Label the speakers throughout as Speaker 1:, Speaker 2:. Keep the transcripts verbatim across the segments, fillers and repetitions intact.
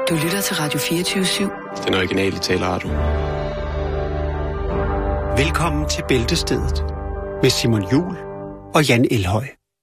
Speaker 1: Du lytter til Radio fireogtyve syv.
Speaker 2: Den originale taleradio.
Speaker 3: Velkommen til Bæltestedet med Simon Juhl og Jan Elhøj.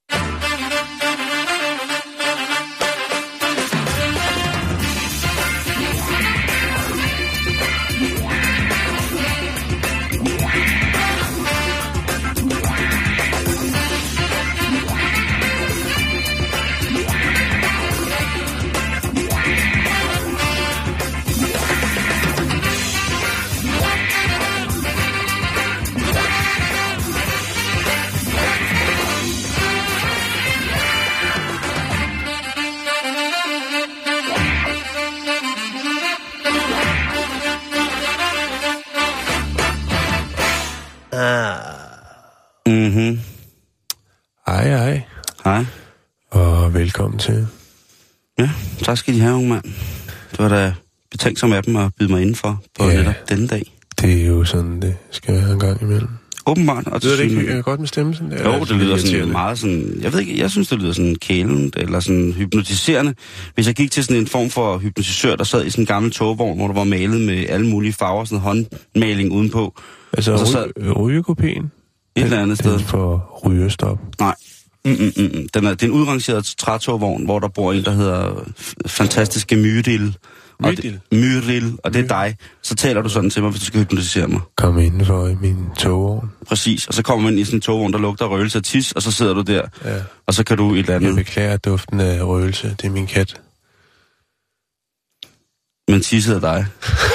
Speaker 2: Mhm. Hej, hej.
Speaker 4: Hej.
Speaker 2: Og velkommen til.
Speaker 4: Ja, tak skal de have, unge mand. Det var da betænksom af dem at byde mig indenfor på
Speaker 2: Ja.
Speaker 4: netop denne dag.
Speaker 2: Det er jo sådan, det skal være en gang imellem.
Speaker 4: Åbenbart. Og
Speaker 2: Lyder det ikke øh, godt med stemmen? Sådan der?
Speaker 4: Jo, det lyder sådan meget sådan, jeg ved ikke, jeg synes, det lyder sådan kælent, eller sådan hypnotiserende. Hvis jeg gik til sådan en form for hypnotisør, der sad i sådan en gammel togvogn, hvor der var malet med alle mulige farver, sådan håndmaling udenpå.
Speaker 2: Altså
Speaker 4: og så
Speaker 2: sad... rygekopien?
Speaker 4: Et eller andet sted.
Speaker 2: For rygestop?
Speaker 4: Nej. Mm-mm-mm. Den er, det er en udrangeret trætogvogn, hvor der bor en, der hedder f- fantastiske Myril.
Speaker 2: Myril?
Speaker 4: Myril, og det er dig. Så taler du sådan til mig, hvis du skal hypnotisere mig.
Speaker 2: Kom indenfor i min togvogn.
Speaker 4: Præcis, og så kommer man ind i sådan en togvogn, der lugter røgelse og tis, og så sidder du der,
Speaker 2: ja.
Speaker 4: Og så kan du et eller andet...
Speaker 2: Jeg beklager duften af røgelse, det er min kat.
Speaker 4: Men tisset er dig.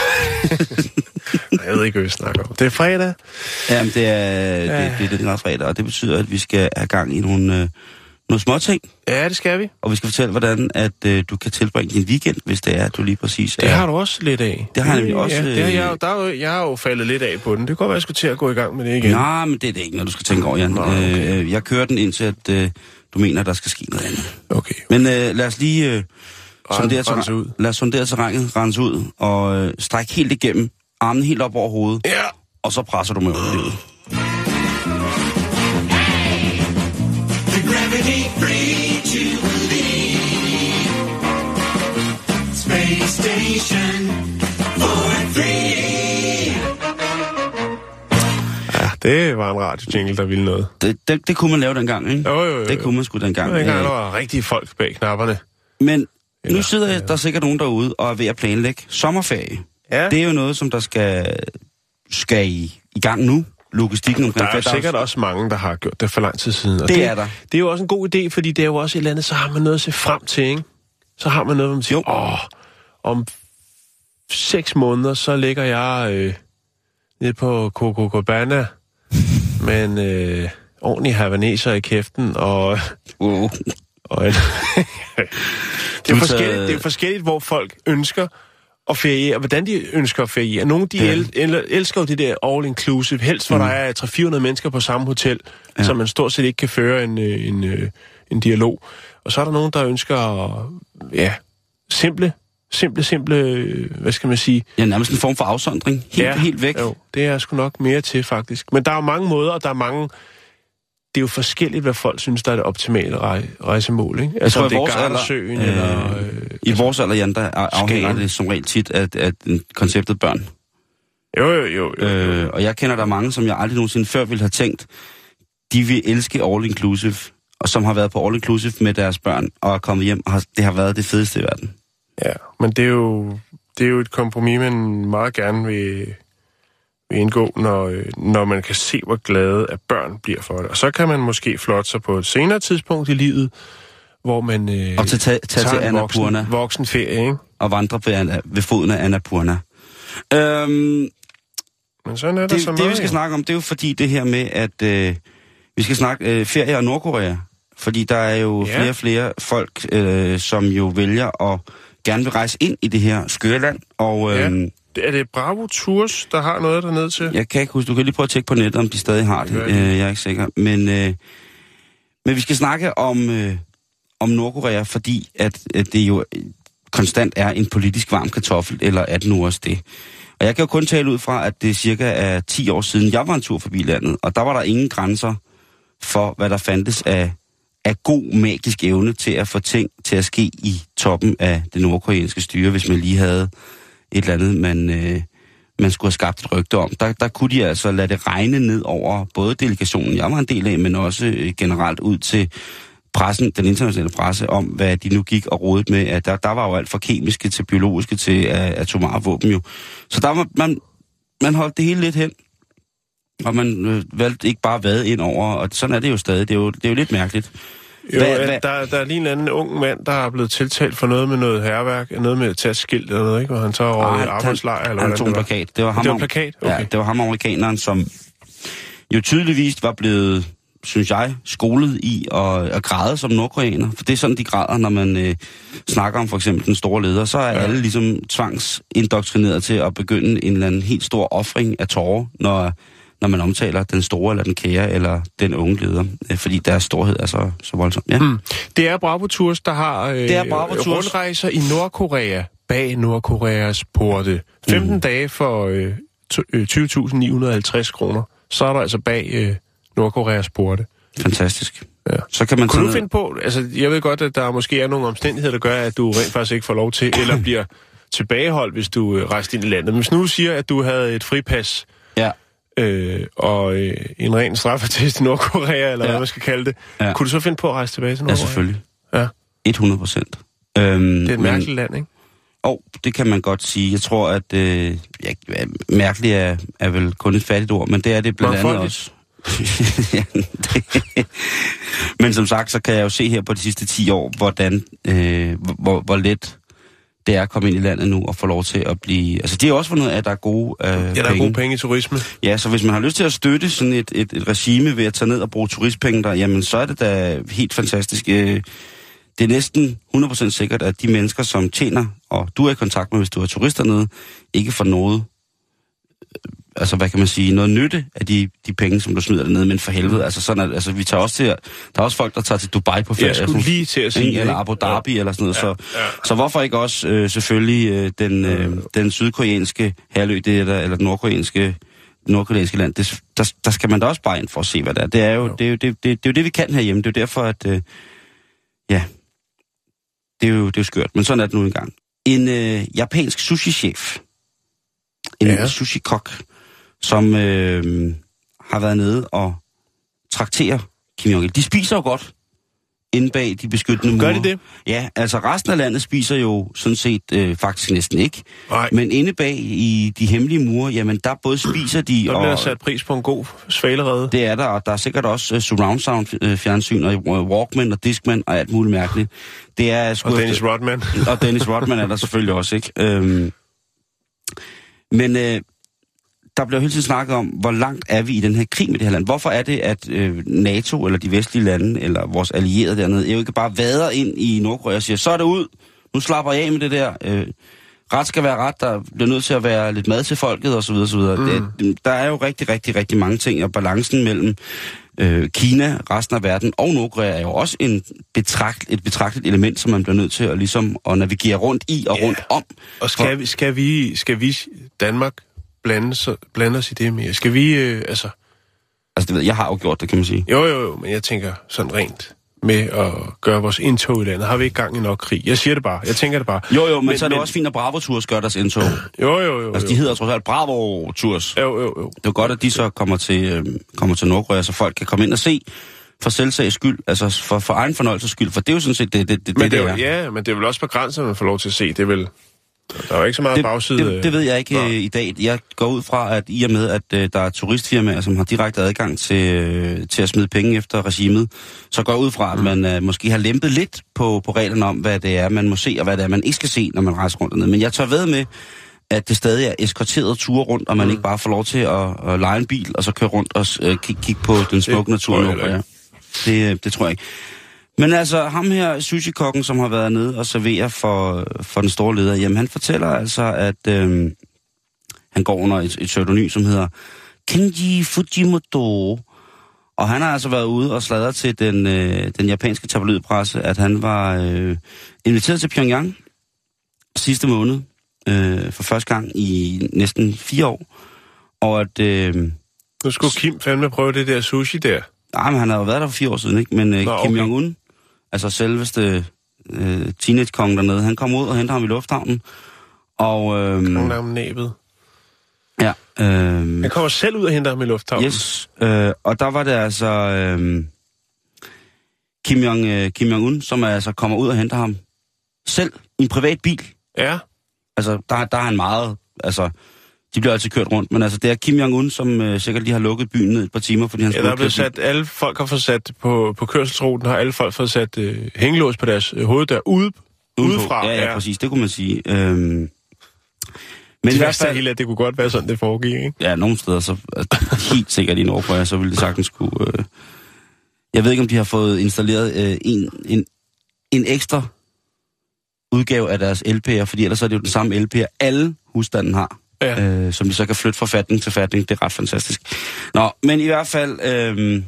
Speaker 2: Jeg ved ikke, hvad vi snakker om. Det er fredag.
Speaker 4: Jamen, det er, ja. det, det er den grad fredag, og det betyder, at vi skal have gang i nogle, øh, nogle små ting.
Speaker 2: Ja, det skal vi.
Speaker 4: Og vi skal fortælle, hvordan at, øh, du kan tilbringe din weekend, hvis det er, at du lige præcis er...
Speaker 2: Det har du også lidt af.
Speaker 4: Det har jeg nemlig også...
Speaker 2: Ja, det har jeg, der er jo, jeg har jo faldet lidt af på den. Det kan godt være, jeg skulle til at gå i gang med det igen.
Speaker 4: Nej, men det er det ikke, når du skal tænke over, Jan. Nå, okay. øh, jeg kører den indtil, at øh, du mener, at der skal ske noget andet.
Speaker 2: Okay.
Speaker 4: Men øh, lad os lige... Øh, sondere
Speaker 2: rense ud.
Speaker 4: Lad os sondere terrænet, rense ud, og øh, strække helt igennem, armen helt op over hovedet,
Speaker 2: ja.
Speaker 4: Og så presser du med underlivet.
Speaker 2: Ja, det var en radio-jingle, der ville noget.
Speaker 4: Det, det, det kunne man lave dengang, ikke?
Speaker 2: Jo, jo, jo.
Speaker 4: Det kunne man sgu dengang.
Speaker 2: Det dengang, der var rigtige folk bag knapperne.
Speaker 4: Men Eller, nu sidder ja. der sikkert nogen derude og er ved at planlægge sommerferie.
Speaker 2: Ja.
Speaker 4: Det er jo noget, som der skal, skal i, i gang nu. Logistikken omkring.
Speaker 2: Der er jo sikkert også mange, der har gjort det for lang tid siden. Og
Speaker 4: det,
Speaker 2: det er
Speaker 4: der.
Speaker 2: Det er jo også en god idé, fordi det er jo også et eller andet, så har man noget at se frem til, ikke? Så har man noget, hvor man siger, åh, om seks måneder, så ligger jeg øh, nede på Coco Cabana med en øh, ordentlig havaneser i kæften, og...
Speaker 4: Uh.
Speaker 2: og en, det, er forskelligt, det er forskelligt, hvor folk ønsker at feriere, hvordan de ønsker at feriere. Nogle, de ja. el, el, elsker jo det der all-inclusive, helst hvor mm. der er tre til fire hundrede mennesker på samme hotel, ja. Så man stort set ikke kan føre en, en, en, en dialog. Og så er der nogen, der ønsker, ja, simple, simple, simple, hvad skal man sige?
Speaker 4: Ja, nærmest en form for afsondring. Helt, ja, helt væk.
Speaker 2: Jo, det er sgu nok mere til, faktisk. Men der er jo mange måder, og der er mange... Det er jo forskelligt, hvad folk synes, der er det optimale rej- rejsemål, ikke? Altså,
Speaker 4: jeg tror,
Speaker 2: det er Gardasøen, øh, eller... Øh,
Speaker 4: I altså, vores alder, Jan, der afhænger det som regel tit af, af konceptet børn.
Speaker 2: Jo, jo, jo. jo, jo.
Speaker 4: Øh, og jeg kender der mange, som jeg aldrig nogensinde før ville have tænkt, de vil elske all-inclusive, og som har været på all-inclusive med deres børn, og er kommet hjem, og har, det har været det fedeste i verden.
Speaker 2: Ja, men det er jo, det er jo et kompromis, man meget gerne vil... indgå, når, når man kan se, hvor glade at børn bliver for det. Og så kan man måske flotte sig på et senere tidspunkt i livet, hvor man øh,
Speaker 4: og til tage, tage
Speaker 2: tager
Speaker 4: til
Speaker 2: en voksen, voksen ferie, ikke?
Speaker 4: Og vandre på, ved foden af Annapurna. Øhm,
Speaker 2: Men sådan er det,
Speaker 4: det,
Speaker 2: så
Speaker 4: det, vi skal snakke om, det er jo fordi det her med, at øh, vi skal snakke øh, ferie og Nordkorea. Fordi der er jo ja. flere og flere folk, øh, som jo vælger at gerne vil rejse ind i det her skøre land. Og, øh,
Speaker 2: ja. Er det Bravo Tours, der har noget dernede til?
Speaker 4: Jeg kan ikke huske. Du kan lige prøve at tjekke på nettet, om de stadig har det. det. Jeg er ikke sikker. Men, øh, men vi skal snakke om, øh, om Nordkorea, fordi at, at det jo konstant er en politisk varm kartoffel, eller er det nu også det? Og jeg kan jo kun tale ud fra, at det cirka er ti år siden, jeg var en tur forbi landet, og der var der ingen grænser for, hvad der fandtes af, af god magisk evne til at få ting til at ske i toppen af det nordkoreanske styre, hvis man lige havde et eller andet, man, øh, man skulle have skabt et rygte om. Der, der kunne de altså lade det regne ned over både delegationen, jeg var en del af, men også øh, generelt ud til pressen, den internationale presse, om hvad de nu gik og rodede med, at der, der var jo alt fra kemiske til biologiske til uh, atomare våben jo. Så der var man, man holdt det hele lidt hen, og man øh, valgte ikke bare vade ind over, og sådan er det jo stadig. Det er jo, det er jo lidt mærkeligt.
Speaker 2: Jo, hvad, hvad? Der, der er lige en anden ung mand, der er blevet tiltalt for noget med noget hærværk, noget med at tage skilt eller noget, ikke? Hvor han tager over i arbejdslejr, eller
Speaker 4: hvad? Han tog en plakat. Det var ham,
Speaker 2: det var plakat? Okay.
Speaker 4: Ja, det var ham amerikaneren, som jo tydeligvis var blevet, synes jeg, skolet i at, at græde som nordkoreaner. For det er sådan, de græder, når man øh, snakker om for eksempel den store leder. Så er ja. alle ligesom tvangsindoktrineret til at begynde en eller anden helt stor ofring af tårer, når, når man omtaler den store, eller den kære, eller den unge leder. Øh, fordi deres storhed er så, så voldsom. Ja. Mm.
Speaker 2: Det er Bravo Tours, der har øh,
Speaker 4: det er Bravo Tours.
Speaker 2: rundrejser i Nordkorea, bag Nordkoreas porte. femten mm. dage for øh, tyve tusind ni hundrede og halvtreds kroner. Så er der altså bag... Øh, Nordkoreas porte.
Speaker 4: Fantastisk.
Speaker 2: Ja.
Speaker 4: Så kan man
Speaker 2: Kunne du finde på, altså jeg ved godt, at der måske er nogle omstændigheder, der gør, at du rent faktisk ikke får lov til, eller bliver tilbageholdt, hvis du øh, rejser ind i landet. Men hvis nu siger, at du havde et fripas,
Speaker 4: ja.
Speaker 2: øh, og øh, en ren straffetest i Nordkorea, eller ja. hvad man skal kalde det, ja. kunne du så finde på at rejse tilbage til Nordkorea?
Speaker 4: Ja, selvfølgelig.
Speaker 2: Ja.
Speaker 4: hundrede procent. Øhm,
Speaker 2: det er et mærkeligt men, land, ikke?
Speaker 4: Og oh, det kan man godt sige. Jeg tror, at øh, ja, mærkeligt er, er vel kun et fattigt ord, men det er det blandt andet også. ja, det. Men som sagt, så kan jeg jo se her på de sidste ti år, hvordan, øh, hvor, hvor let det er at komme ind i landet nu og få lov til at blive... Altså, det er også for noget, at der er gode øh, penge.
Speaker 2: Ja, der er gode penge i turisme.
Speaker 4: Ja, så hvis man har lyst til at støtte sådan et, et, et regime ved at tage ned og bruge turistpenge der, jamen, så er det da helt fantastisk. Det er næsten hundrede procent sikkert, at de mennesker, som tjener, og du er i kontakt med, hvis du er turist dernede, ikke får noget... Altså, hvad kan man sige, noget nytte af de, de penge, som du smider dernede, men for helvede, altså sådan, at, altså vi tager også til, der er også folk, der tager til Dubai på ferie.
Speaker 2: Jeg skulle lige til at sige,
Speaker 4: eller Abu Dhabi, ja. eller sådan noget,
Speaker 2: ja,
Speaker 4: så,
Speaker 2: ja.
Speaker 4: så hvorfor ikke også øh, selvfølgelig øh, den, øh, den sydkoreanske halvø, det der, eller den nordkoreanske, nordkoreanske land, det, der, der skal man da også bare ind for at se, hvad det er. Det er jo, det er jo det, det, det, er jo det, vi kan herhjemme, det er jo derfor, at, øh, ja, det er, jo, det er jo skørt, men sådan er det nu engang. En øh, japansk sushi-chef, en ja. sushi-kok, som øh, har været nede og trakterer Kim Jong-il. De spiser jo godt inde bag de beskyttende mure.
Speaker 2: Gør de det?
Speaker 4: Ja, altså resten af landet spiser jo sådan set øh, faktisk næsten ikke.
Speaker 2: Nej.
Speaker 4: Men inde bag i de hemmelige mure, jamen der både spiser de...
Speaker 2: Der bliver og, sat pris på en god svalerede.
Speaker 4: Det er der, og der er sikkert også uh, surround sound uh, fjernsyn og uh, Walkman og Discman og alt muligt mærkeligt. Det er,
Speaker 2: og Dennis Rodman.
Speaker 4: Og Dennis Rodman er der selvfølgelig også, ikke? Øhm, men... Øh, Der bliver hele tiden snakket om, hvor langt er vi i den her krig med det her land. Hvorfor er det, at øh, NATO eller de vestlige lande, eller vores allierede dernede, jo ikke bare vader ind i Nordkorea og siger, så er det ud, nu slapper jeg af med det der. Øh, ret skal være ret, der bliver nødt til at være lidt mad til folket osv. osv. Mm. Det, der er jo rigtig, rigtig, rigtig mange ting, og balancen mellem øh, Kina, resten af verden og Nordkorea er jo også en betragt, et betragteligt element, som man bliver nødt til at, ligesom, at navigere rundt i og yeah. rundt om.
Speaker 2: Og skal, for... vi, skal, vi, skal vi, Danmark... Blande, så, blande os i det mere. Skal vi, øh, altså...
Speaker 4: Altså, det ved jeg, har jo gjort det, kan man sige.
Speaker 2: Jo, jo, jo, men jeg tænker sådan rent med at gøre vores indtog i landet. Har vi ikke gang i nok krig? Jeg siger det bare. Jeg tænker det bare.
Speaker 4: Jo, jo, men, men så er det men... også fint, at Bravo Tours gør deres indtog.
Speaker 2: Jo, jo, jo.
Speaker 4: Altså, de hedder trods alt Bravo Tours.
Speaker 2: Jo, jo, jo.
Speaker 4: Det er godt, at de så kommer til, øh, kommer til Nordkorea, så folk kan komme ind og se for selvsags skyld, altså for, for egen fornøjelses skyld, for det er jo sådan set det, det, det,
Speaker 2: men det,
Speaker 4: det
Speaker 2: er.
Speaker 4: er.
Speaker 2: Ja, men det er vel også begrænset, at man får lov til at se. Det er vel... Der er jo ikke så meget
Speaker 4: det,
Speaker 2: bagside...
Speaker 4: Det, det ved jeg ikke øh, i dag. Jeg går ud fra, at i og med, at øh, der er turistfirmaer, som har direkte adgang til, øh, til at smide penge efter regimet, så går jeg ud fra, at man øh, måske har lempet lidt på, på reglerne om, hvad det er, man må se, og hvad det er, man ikke skal se, når man rejser rundt dernede. Men jeg tør ved med, at det stadig er eskorteret ture rundt, og man mm. ikke bare får lov til at, at lege en bil, og så køre rundt og øh, kigge kig på den smukke natur. Det, det, det tror jeg ikke. Men altså, ham her, sushi-kokken, som har været nede og servere for, for den store leder, jamen han fortæller altså, at øh, han går under et, et pseudonym, som hedder Kenji Fujimoto. Og han har altså været ude og sladret til den, øh, den japanske tabloidpresse, at han var øh, inviteret til Pyongyang sidste måned, øh, for første gang i næsten fire år. Og at... Øh,
Speaker 2: nu skulle Kim fandme prøve det der sushi der.
Speaker 4: Nej, men han har jo været der for fire år siden, ikke? Men øh,
Speaker 2: Nå,
Speaker 4: Kim
Speaker 2: okay.
Speaker 4: Jong-un, altså selveste øh, teenage-kongen dernede, han kom ud og henter ham i lufthavnen. Og... Øh,
Speaker 2: Kongen om næbet.
Speaker 4: Ja. Øh,
Speaker 2: Han kommer selv ud og henter ham i lufthavnen.
Speaker 4: Yes, øh, og der var det altså øh, Kim, Jong, øh, Kim Jong-un, som altså kommer ud og henter ham selv i en privat bil.
Speaker 2: Ja.
Speaker 4: Altså, der, der er han meget... Altså, de bliver altid kørt rundt, men altså, det er Kim Jong-un, som øh, sikkert lige har lukket byen ned et par timer, fordi han
Speaker 2: Ja,
Speaker 4: skulle
Speaker 2: der er blevet sat, alle folk har fået sat på, på kørselsruten, har alle folk fået sat øh, hængelås på deres øh, hoved der ude, udefra.
Speaker 4: Ja, ja, ja, præcis, det kunne man sige. Øhm, men
Speaker 2: det
Speaker 4: i hvert
Speaker 2: værste
Speaker 4: fald,
Speaker 2: hele, at det kunne godt være sådan, det foregik, ikke?
Speaker 4: Ja, nogle steder, så altså, helt sikkert i Nordkorea, så ville det sagtens kunne... Øh, jeg ved ikke, om de har fået installeret øh, en, en, en ekstra udgave af deres L P'er, fordi ellers er det jo den samme L P'er, alle husstanden har. Ja. Øh, som de så kan flytte fra fatning til fatning. Det er ret fantastisk. Nå, men i hvert fald, øh,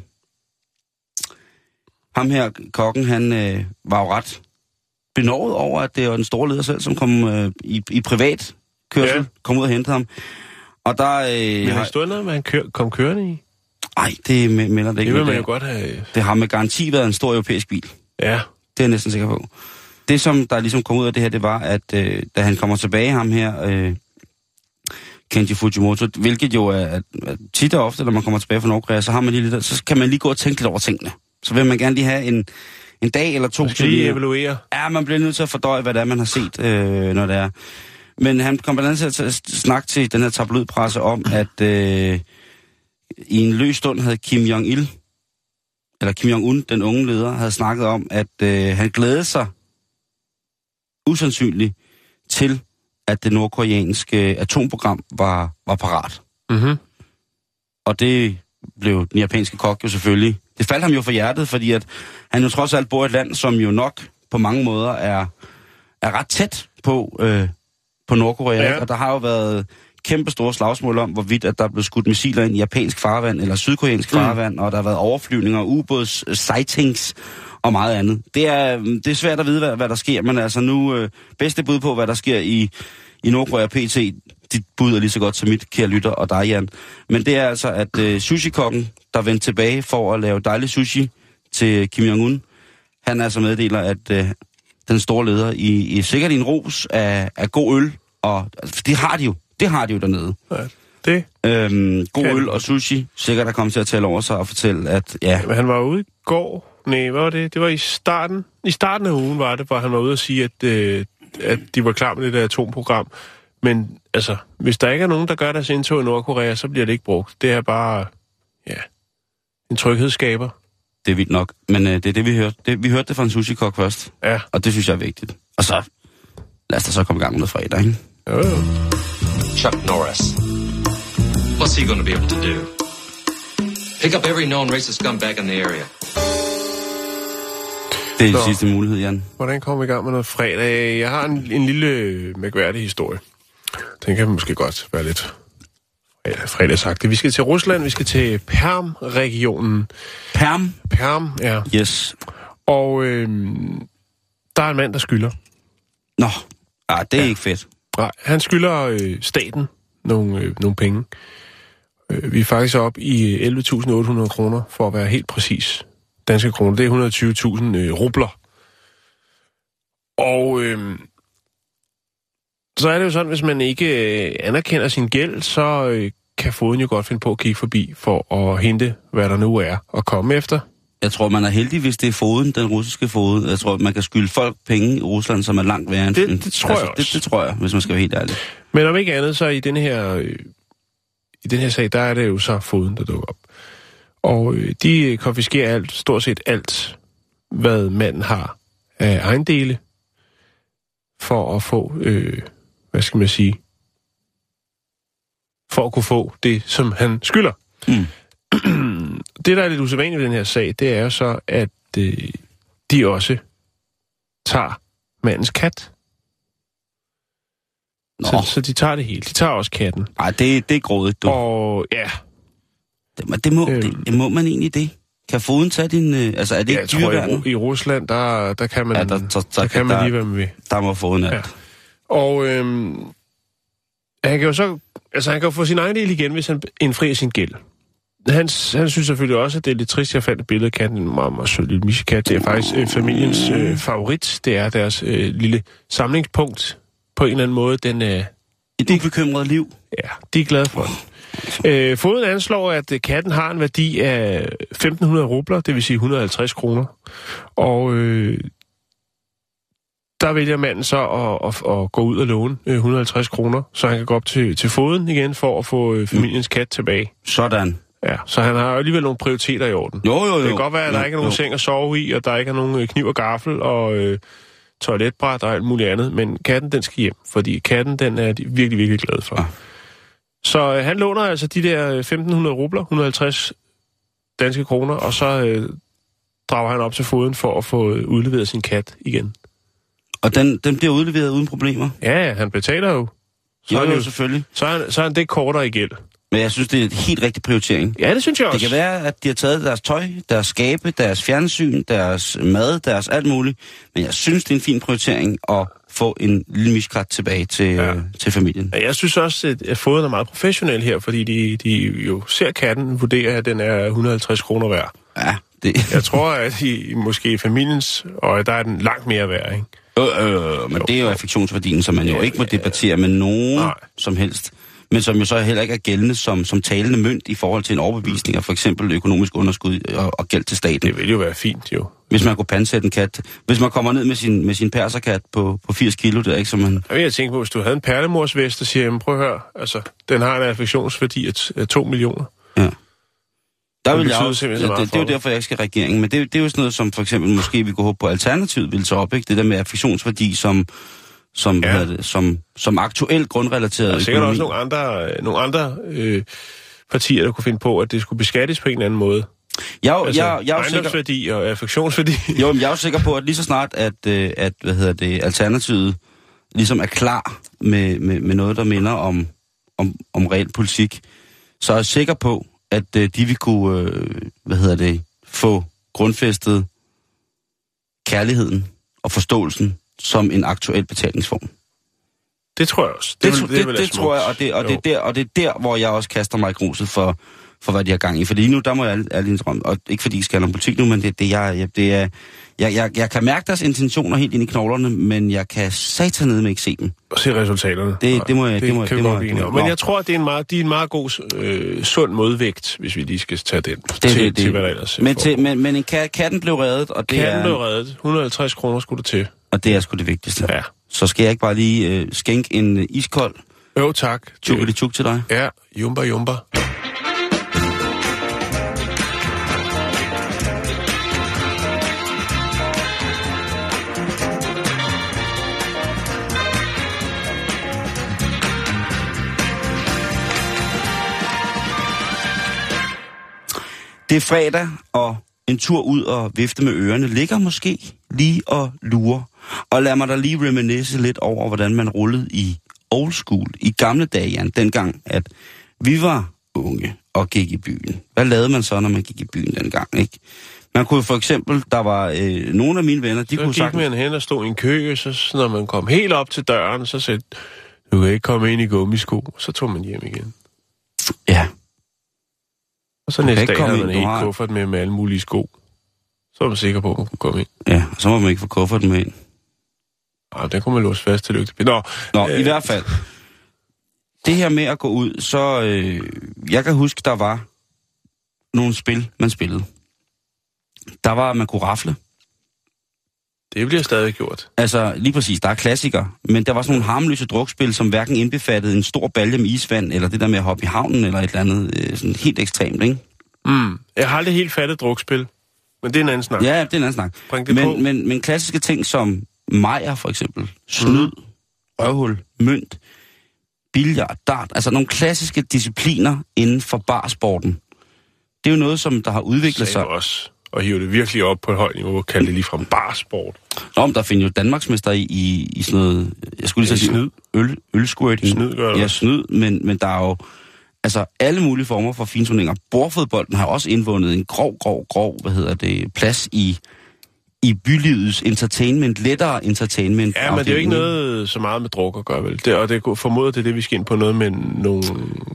Speaker 4: ham her, kokken, han øh, var jo ret benovet over, at det var den store leder selv, som kom øh, i, i privat kørsel, ja. kom ud og hentede ham. Og der... Øh,
Speaker 2: men har stået noget, man kør, kom kørende i?
Speaker 4: Nej, det melder det ikke.
Speaker 2: Det vil man jo godt have...
Speaker 4: Det har med garanti været en stor europæisk bil.
Speaker 2: Ja.
Speaker 4: Det er jeg næsten sikker på. Det, som der ligesom kom ud af det her, det var, at øh, da han kommer tilbage, ham her... Øh, Kenji Fujimoto, hvilket jo er, er, er tit og ofte, når man kommer tilbage fra Nordkorea, så har man lige lidt, så kan man lige gå og tænke lidt over tingene. Så vil man gerne lige have en, en dag eller to
Speaker 2: til lige evaluere.
Speaker 4: Ja, man bliver nødt til at fordøje, hvad det er, man har set, øh, når det er. Men han kom blandt andet til at snakke til den her tabloidpresse om, at øh, i en løs stund havde Kim Jong-il, eller Kim Jong-un, den unge leder, havde snakket om, at øh, han glædede sig usandsynligt til, at det nordkoreanske atomprogram var, var parat.
Speaker 2: Mm-hmm.
Speaker 4: Og det blev den japanske kok jo selvfølgelig. Det faldt ham jo for hjertet, fordi at han jo trods alt bor i et land, som jo nok på mange måder er, er ret tæt på, øh, på Nordkorea. Ja. Og der har jo været kæmpe store slagsmål om, hvorvidt at der er blevet skudt missiler ind i japansk farvand eller sydkoreansk mm. farvand, og der har været overflyvninger, ubåds, sightings og meget andet. Det er, det er svært at vide, hvad, hvad der sker, men altså nu øh, bedste bud på, hvad der sker i, i Nordkorea P T, dit bud er lige så godt som mit, kære lytter og dig, Jan. Men det er altså, at øh, sushi-kokken, der vendte tilbage for at lave dejlig sushi til Kim Jong-un, han altså meddeler, at øh, den store leder i, i sikkert i en ros af, af god øl, og altså, det har de jo, det har de jo dernede.
Speaker 2: Ja, det.
Speaker 4: Øhm, god øl og sushi, sikkert der kommer til at tale over sig og fortælle, at ja...
Speaker 2: Men han var ude i går. Nej, hvad var det? Det var i starten. I starten af ugen var det, hvor han var ude og sige, at, øh, at de var klar med det der atomprogram. Men altså, hvis der ikke er nogen, der gør deres indtog i Nordkorea, så bliver det ikke brugt. Det er bare, ja, en tryghedsskaber.
Speaker 4: Det er vildt nok, men øh, det er det, vi hørte. Det, vi hørte det fra en sushi-kok først.
Speaker 2: Ja.
Speaker 4: Og det synes jeg er vigtigt. Og så, lad os da så komme i gang med fredag, ikke?
Speaker 2: Jo, jo.
Speaker 5: Chuck Norris. What's he gonna be able to do? Pick up every known racist scumbag in the area.
Speaker 4: Det er
Speaker 2: Nå.
Speaker 4: den sidste mulighed, Jan.
Speaker 2: Hvordan kommer vi i gang med noget fredag? Jeg har en, en lille mærkværdig historie. Den kan måske godt være lidt fredagsagtig. Vi skal til Rusland, vi skal til Perm-regionen.
Speaker 4: Perm?
Speaker 2: Perm, ja.
Speaker 4: Yes.
Speaker 2: Og øh, der er en mand, der skylder.
Speaker 4: Nå, ah, det er
Speaker 2: ja.
Speaker 4: ikke fedt.
Speaker 2: Nej, han skylder øh, staten nogle, øh, nogle penge. Øh, vi er faktisk op i elleve tusind otte hundrede kroner, for at være helt præcis. Danske kroner, det er et hundrede og tyve tusind øh, rubler. Og øh, så er det jo sådan, hvis man ikke øh, anerkender sin gæld, så øh, kan foden jo godt finde på at kigge forbi for at hente, hvad der nu er at komme efter.
Speaker 4: Jeg tror, man er heldig, hvis det er foden, den russiske fod. Jeg tror, man kan skylde folk penge i Rusland, som er langt værre end...
Speaker 2: Det, det tror altså, jeg også.
Speaker 4: Det, det tror jeg, hvis man skal være helt ærlig.
Speaker 2: Men om ikke andet, så i den her, øh, i den her sag, der er det jo så foden, der dukker op. Og øh, de konfiskerer alt, stort set alt, hvad manden har af ejendele, for at få, øh, hvad skal man sige, for at kunne få det, som han skylder.
Speaker 4: Mm.
Speaker 2: Det, der er lidt usædvanligt ved den her sag, det er jo så, at øh, de også tager mandens kat. Så, så de tager det hele. De tager også katten.
Speaker 4: Nej, det, det er grådigt, du.
Speaker 2: Og ja...
Speaker 4: Det, det, må, øhm, det, må man egentlig det? Kan foden tage din... Øh, altså, er det
Speaker 2: ja,
Speaker 4: ikke dyreværnet?
Speaker 2: I, i Rusland, der, der kan man,
Speaker 4: ja, der, der, der,
Speaker 2: der kan man
Speaker 4: der,
Speaker 2: lige være med.
Speaker 4: Der må foden alt.
Speaker 2: Ja. Og øhm, han kan jo så... Altså, han kan jo få sin egen del igen, hvis han indfrier sin gæld. Han, han synes selvfølgelig også, at det er lidt trist. Jeg fandt et billede af katten, en meget, meget sød lille missekat. Det er faktisk øh, familiens øh, favorit. Det er deres øh, lille samlingspunkt på en eller anden måde. Den, øh,
Speaker 4: Et ubekymret liv.
Speaker 2: Ja, de er glade for den. Øh, Foden anslår, at katten har en værdi af femten hundrede rubler, det vil sige et hundrede og halvtreds kroner. Og øh, der vælger manden så at, at, at gå ud og låne et hundrede og halvtreds kroner, så han kan gå op til, til Foden igen for at få øh, familiens kat tilbage.
Speaker 4: Sådan.
Speaker 2: Ja, så han har alligevel nogle prioriteter i orden.
Speaker 4: Jo, jo, jo.
Speaker 2: Det kan godt være, at der
Speaker 4: jo,
Speaker 2: ikke er nogen
Speaker 4: jo.
Speaker 2: seng at sove i, og der ikke er nogen kniv og gaffel og øh, toiletbræt og alt muligt andet, men katten, den skal hjem, fordi katten, den er de virkelig, virkelig glad for. Ah. Så øh, han låner altså de der femten hundrede rubler, et hundrede og halvtreds danske kroner, og så øh, drager han op til Foden for at få udleveret sin kat igen.
Speaker 4: Og den, den bliver udleveret uden problemer?
Speaker 2: Ja, ja, han betaler jo. Så
Speaker 4: Jo,
Speaker 2: er
Speaker 4: jo,
Speaker 2: jo
Speaker 4: selvfølgelig.
Speaker 2: Så er, han, så er han det kortere i gæld.
Speaker 4: Men jeg synes, det er en helt rigtig prioritering.
Speaker 2: Ja, det synes jeg også.
Speaker 4: Det kan være, at de har taget deres tøj, deres skabe, deres fjernsyn, deres mad, deres alt muligt. Men jeg synes, det er en fin prioritering at få en lille miskat tilbage til, ja. øh, til familien.
Speaker 2: Ja, jeg synes også, at Foden er meget professionel her, fordi de, de jo ser katten, vurderer, at den er et hundrede og halvtreds kroner værd.
Speaker 4: Ja, det...
Speaker 2: Jeg tror, at i, måske i familiens øje, der er den langt mere værd, ikke?
Speaker 4: Øh, øh, men jo, det er jo affektionsværdien, som man jo ja, ikke må debattere med nogen nej. Som helst. Men som jo så heller ikke er gældende som, som talende mønt i forhold til en overbevisning af for eksempel økonomisk underskud og, og gæld til staten.
Speaker 2: Det vil jo være fint, jo.
Speaker 4: Hvis man kunne pansætte en kat. Hvis man kommer ned med sin, med sin perserkat på, på firs kilo, det er ikke som man...
Speaker 2: Jeg vil tænke på, hvis du havde en perlemorsvest, og siger, jamen prøv at høre, altså, den har en affektionsværdi af to millioner.
Speaker 4: Ja. Der vil
Speaker 2: det
Speaker 4: jeg også, det, det, det er jo derfor, jeg ikke skal regeringen, men det, det er jo sådan noget, som for eksempel måske vi kunne håbe på Alternativet ville tage op, ikke? Det der med affektionsværdi som... Som, ja. det, som, som aktuelt grundrelateret økonomi. Der er sikkert
Speaker 2: også nogle andre, nogle andre øh, partier, der kunne finde på, at det skulle beskattes på en eller anden måde.
Speaker 4: Jeg,
Speaker 2: altså,
Speaker 4: jeg, jeg,
Speaker 2: ejendomsværdi sikker... og affektionsværdi.
Speaker 4: Jo, men jeg er jo sikker på, at lige så snart, at, at hvad hedder det, Alternativet ligesom er klar med, med, med noget, der minder om, om, om reel politik, så er jeg sikker på, at de vil kunne øh, hvad hedder det, få grundfæstet kærligheden og forståelsen som en aktuel betalingsform.
Speaker 2: Det tror jeg også.
Speaker 4: Det, det, det, det, det tror jeg, og det, og, det er der, og det er der, hvor jeg også kaster mig i gruset for, for hvad de har gang i. For lige nu, der må jeg ærligt indrømme, og ikke fordi I skal have noget politik nu, men det, det, jeg, det er... Jeg, jeg, jeg kan mærke deres intentioner helt ind i knoglerne, men jeg kan satanede med ikke se dem.
Speaker 2: Og se resultaterne.
Speaker 4: Det, det må jeg...
Speaker 2: Det,
Speaker 4: det må,
Speaker 2: kan
Speaker 4: det må,
Speaker 2: det må, men jeg tror, at det er en meget, de er en meget god, øh, sund modvægt, hvis vi lige skal tage den
Speaker 4: det,
Speaker 2: til,
Speaker 4: det, det.
Speaker 2: til, hvad der ellers
Speaker 4: men, til, men, men en kat, katten blev reddet, og det
Speaker 2: katten
Speaker 4: er...
Speaker 2: blev reddet. et hundrede og halvtreds kroner skulle det til.
Speaker 4: Og det er sgu det vigtigste.
Speaker 2: Ja.
Speaker 4: Så skal jeg ikke bare lige øh, skænke en øh, iskold...
Speaker 2: Jo, tak.
Speaker 4: Tjukkeli-tuk til dig?
Speaker 2: Ja, jumba jumba.
Speaker 4: Det er fredag, og en tur ud og vifte med ørerne ligger måske lige og lurer. Og lad mig da lige reminisce lidt over, hvordan man rullede i old school, i gamle dage, Jan, dengang, at vi var unge og gik i byen. Hvad lavede man så, når man gik i byen dengang, ikke? Man kunne for eksempel, der var øh, nogle af mine venner, de
Speaker 2: så
Speaker 4: kunne
Speaker 2: sagt... Så gik man hen og stod i en kø, så når man kom helt op til døren, så sagde du kan ikke komme ind i gummisko, så tog man hjem igen.
Speaker 4: Ja.
Speaker 2: Og så næste dag havde man en helt har... kuffert med, med alle mulige sko. Så var man sikker på, at man kunne komme ind.
Speaker 4: Ja, og så må man ikke få kufferten med ind.
Speaker 2: Nej, den kunne man låse fast til lygte. Nå,
Speaker 4: Nå øh... i hvert fald. Det her med at gå ud, så... Øh, jeg kan huske, der var nogle spil, man spillede. Der var, at man kunne rafle.
Speaker 2: Det bliver stadig gjort.
Speaker 4: Altså, lige præcis, der er klassikere. Men der var sådan nogle harmløse drukspil, som hverken indbefattede en stor balje med isvand, eller det der med at hoppe i havnen, eller et eller andet øh, sådan helt ekstremt, ikke?
Speaker 2: Mm. Jeg har aldrig helt fattet drukspil, men det er en anden snak.
Speaker 4: Ja, det er en anden snak. Men, men, men klassiske ting som Majer, for eksempel, snyd, mm. røvhul, mønt, billard, dart, altså nogle klassiske discipliner inden for barsporten. Det er jo noget, som der har udviklet sig.
Speaker 2: Også. Og hive det virkelig op på et højt niveau og kalde det lige fra barsport.
Speaker 4: Nå, men der finder jo Danmarksmester i, i, i sådan noget, jeg skulle lige sige, snyd. Øl, ølsquirting.
Speaker 2: Snyd gør det.
Speaker 4: Ja, snyd, men, men der er jo altså alle mulige former for finturninger. Bordfodbolden har også indvundet en grov, grov, grov, hvad hedder det, plads i, i bylivets entertainment, lettere entertainment.
Speaker 2: Ja, men det er jo ikke noget så meget med druk at gøre, vel? Det, og det formoder det, det vi skal ind på noget med nogle,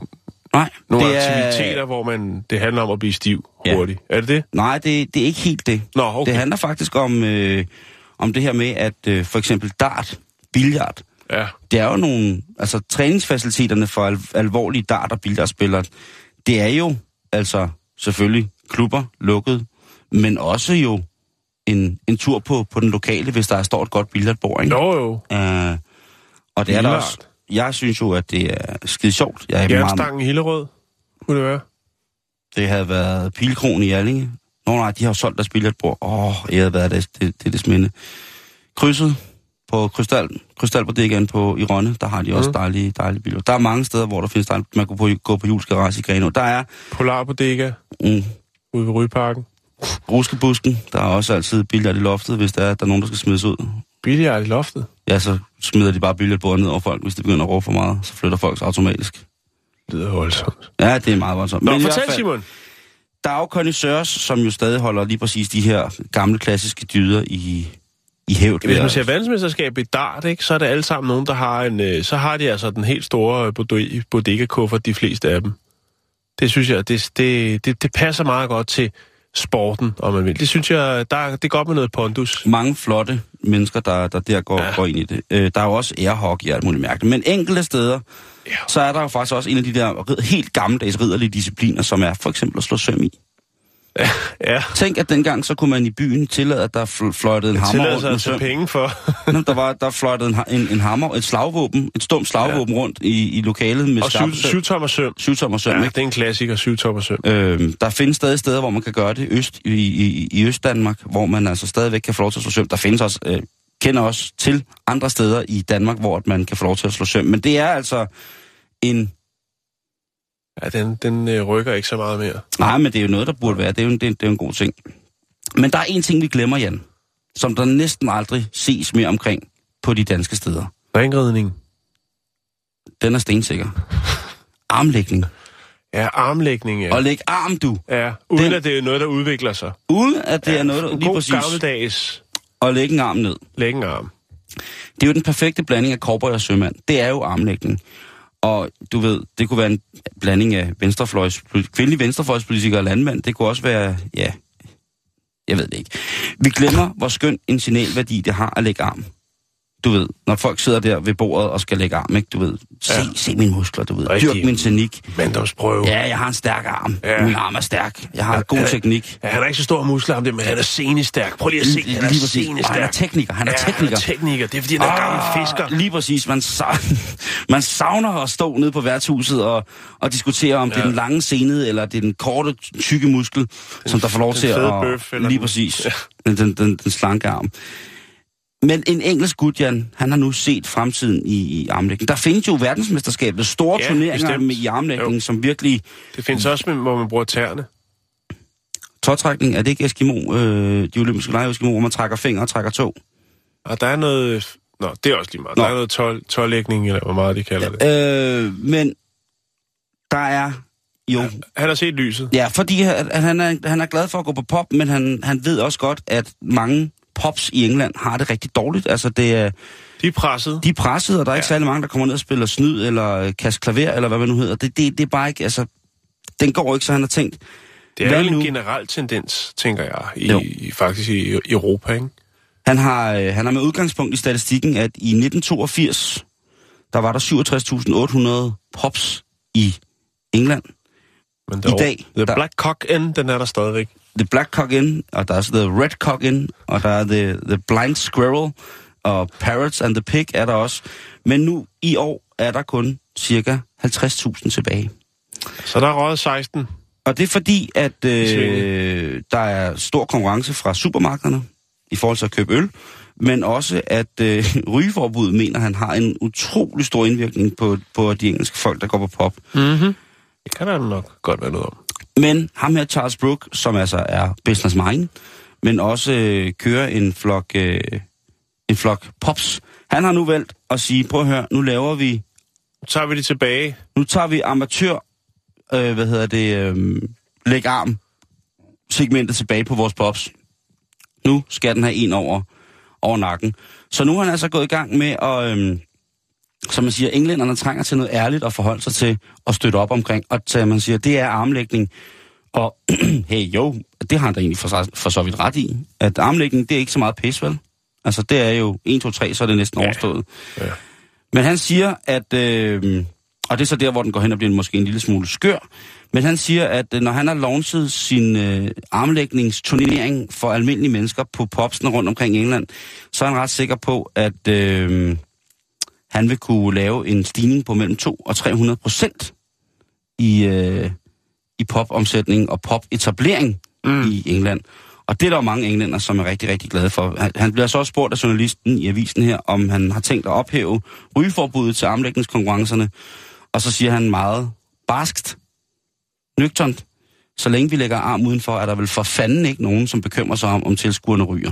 Speaker 4: Nej.
Speaker 2: Nogle
Speaker 4: det
Speaker 2: aktiviteter,
Speaker 4: er...
Speaker 2: hvor man det handler om at blive stiv
Speaker 4: Ja.
Speaker 2: hurtigt. Er det det?
Speaker 4: Nej, det, det er ikke helt det.
Speaker 2: Nå, okay.
Speaker 4: Det handler faktisk om, øh, om det her med, at øh, for eksempel dart, billard,
Speaker 2: Ja.
Speaker 4: det er jo nogle, altså træningsfaciliteterne for al, alvorlige dart- og billardspillere, det er jo altså selvfølgelig klubber lukket, men også jo en, en tur på, på den lokale, hvis der står et godt billardbord, ikke?
Speaker 2: Jo, jo.
Speaker 4: Uh, og det er der også. Jeg synes jo, at det er skide sjovt. Jeg er
Speaker 2: Jernstangen i Hillerød, kunne det være?
Speaker 4: Det havde været Pilkron i Allinge. Nå nej, de har jo solgt deres billardbord. Åh, oh, jeg havde været det, det, det, det minde. Krydset på Krystal, Krystalbodegaen på i Rønne, der har de også mm. dejlige, dejlige biler. Der er mange steder, hvor der findes dejlige, man kan gå på, gå på Jules Garage i Grenaa. Der er...
Speaker 2: Polarbodega,
Speaker 4: Mm,
Speaker 2: ude ved Rygeparken.
Speaker 4: Ruskebusken, der er også altid billard i loftet, hvis der er, der er nogen, der skal smides ud.
Speaker 2: Billard i loftet?
Speaker 4: Ja, så smider de bare billardbordet ned over folk, hvis det begynder at råbe for meget. Så flytter folk automatisk.
Speaker 2: Det lyder voldsomt.
Speaker 4: Ja, det er meget voldsomt.
Speaker 2: Nå,
Speaker 4: Men
Speaker 2: fortæl
Speaker 4: fald,
Speaker 2: Simon.
Speaker 4: der er jo connoisseurs, som jo stadig holder lige præcis de her gamle, klassiske dyder i, i hævd.
Speaker 2: Hvis man ser verdensmesterskab i dart, ikke, så er det alle sammen nogen, der har en... Øh, så har de altså den helt store bodega-kuffert, de fleste af dem. Det synes jeg, det, det, det, det passer meget godt til sporten, om man vil. Det synes jeg, der, det går op med noget pondus.
Speaker 4: Mange flotte mennesker, der, der der går, ja. går ind i det. Øh, der er jo også airhockey og alt muligt mærkeligt. Men enkelte steder, ja. så er der jo faktisk også en af de der helt gammeldags ridderlige discipliner, som er for eksempel at slå søm i.
Speaker 2: Ja. ja.
Speaker 4: Tænk, at dengang så kunne man i byen tillade, at der fløjtede en hammer rundt med søm.
Speaker 2: Penge for.
Speaker 4: Nå, der var der fløjtede en, en, en hammer, et slagvåben, et stumt slagvåben ja. rundt i, i lokalet med
Speaker 2: skarpe søm. Og syv tommer søm.
Speaker 4: Syv tommer søm,
Speaker 2: ja,
Speaker 4: ikke?
Speaker 2: det er en klassiker, syv tommer søm.
Speaker 4: Øhm, der findes stadig steder, hvor man kan gøre det øst, i, i, i Østdanmark, hvor man altså stadigvæk kan få lov til at slå søm. Der findes også, øh, kender også til andre steder i Danmark, hvor man kan få lov til at slå søm. Men det er altså en...
Speaker 2: Ja, den, den øh, rykker ikke så meget mere.
Speaker 4: Nej, men det er jo noget, der burde være. Det er jo en, det er, det er jo en god ting. Men der er en ting, vi glemmer, Jan, som der næsten aldrig ses mere omkring på de danske steder.
Speaker 2: Ringridning.
Speaker 4: Den er stensikker. Armlægning.
Speaker 2: Ja, armlægning, ja.
Speaker 4: Og læg arm, du.
Speaker 2: Ja, uden
Speaker 4: den,
Speaker 2: at det er noget, der udvikler sig.
Speaker 4: Uden at det
Speaker 2: ja,
Speaker 4: er noget, der lige præcis...
Speaker 2: God gammeldags.
Speaker 4: Og lægge en arm ned.
Speaker 2: Læg en arm.
Speaker 4: Det er jo den perfekte blanding af cowboy og sømand. Det er jo armlægning. Og du ved, det kunne være en blanding af venstrefløjs, kvindelige venstrefløjspolitikere og landmænd. Det kunne også være, ja, jeg ved det ikke. Vi glemmer, hvor skøn en signalværdi det har at lægge arm. Du ved, når folk sidder der ved bordet og skal lægge arm, ikke? Du ved, se, ja. se mine muskler, du ved. Rigtig. Dyrk min teknik.
Speaker 2: Manddomsprøve.
Speaker 4: Ja, jeg har en stærk arm. Ja. Min arm er stærk. Jeg har ja, god
Speaker 2: han,
Speaker 4: teknik.
Speaker 2: Ja, han er ikke så stor muskler om det, men han er senestærk. Prøv lige at se, han er senestærk.
Speaker 4: Han er tekniker, han er
Speaker 2: ja,
Speaker 4: tekniker.
Speaker 2: Han er tekniker, det er fordi, han er gammel fisker.
Speaker 4: Lige præcis, man, man savner at stå nede på værtshuset og, og diskutere, om ja. det er den lange senede, eller det er den korte, tykke muskel, den, som der får lov til at...
Speaker 2: Bøf,
Speaker 4: lige den, præcis, ja. den, den, den, den slanke arm. Men en engelsk gut, Jan, han har nu set fremtiden i, i armlægning. Der findes jo verdensmesterskabet, store ja, turneringer med i armlægning, jo. som virkelig...
Speaker 2: Det findes også, hvor man bruger tæerne.
Speaker 4: Tåtrækning, er det ikke Eskimo, øh, de olympiske lege Eskimo, hvor man trækker fingre og trækker tå?
Speaker 2: Og der er noget... Nå, det er også lige meget. Nå. Der er noget tol, tålægning, eller hvor meget de kalder det.
Speaker 4: Øh, men der er jo...
Speaker 2: Ja, han har set lyset.
Speaker 4: Ja, fordi han, han, er, han er glad for at gå på pop, men han, han ved også godt, at mange... pops i England har det rigtig dårligt. Altså, det er...
Speaker 2: De er presset.
Speaker 4: De er presset, og der er ja. ikke særlig mange, der kommer ned og spiller snyd, eller kaste klaver, eller hvad man nu hedder. Det, det, det er bare ikke... Altså, den går ikke, så han har tænkt...
Speaker 2: Det er jo en generel tendens, tænker jeg, i, i faktisk i, i Europa, ikke?
Speaker 4: Han har, han har med udgangspunkt i statistikken, at i nitten toogfirs, der var der syvogtres tusind otte hundrede pops i England.
Speaker 2: Men I dag... The der, Black Cock Inn, den er der stadigvæk.
Speaker 4: The Black Cock Inn, og der er The Red Cock Inn, og der er The, the Blind Squirrel, og Parrots and the Pig er der også. Men nu i år er der kun cirka halvtreds tusind tilbage.
Speaker 2: Så der er røget seksten.
Speaker 4: Og det er fordi, at øh, der er stor konkurrence fra supermarkederne i forhold til at købe øl, men også at øh, rygeforbuddet mener, han har en utrolig stor indvirkning på, på de engelske folk, der går på pop.
Speaker 2: Mhm. Det kan der nok godt være noget om.
Speaker 4: Men ham her, Charles Brook, som altså er businessman, men også øh, kører en flok, øh, en flok pops, han har nu valgt at sige, prøv at høre, nu laver vi...
Speaker 2: Nu tager vi det tilbage.
Speaker 4: Nu tager vi amatør, øh, hvad hedder det, øh, læg arm segmentet tilbage på vores pops. Nu skal den have en over, over nakken. Så nu har han altså gået i gang med at, øh, som man siger, englænderne trænger til noget ærligt at forholde sig til og støtte op omkring. Og så man siger, det er armlægning. Og hey jo, det har han da egentlig for, for så vidt ret i. At armlægning, det er ikke så meget pis, vel? Altså det er jo en, to, tre, så er det næsten ja. overstået. Ja. Men han siger, at... Øh, og det er så der, hvor den går hen og bliver måske en lille smule skør. Men han siger, at når han har launchet sin øh, armlægningsturnering for almindelige mennesker på popsene rundt omkring England, så er han ret sikker på, at øh, han vil kunne lave en stigning på mellem to og tre hundrede procent i, øh, i popomsætning og popetablering mm. i England. Og det er der jo mange englænder, som er rigtig, rigtig glade for. Han, han bliver så også spurgt af journalisten i avisen her, om han har tænkt at ophæve rygeforbuddet til armlægningskonkurrencerne. Og så siger han meget barskt, nøgternt, så længe vi lægger arm udenfor, er der vel for fanden ikke nogen, som bekymrer sig om, om tilskuerne ryger.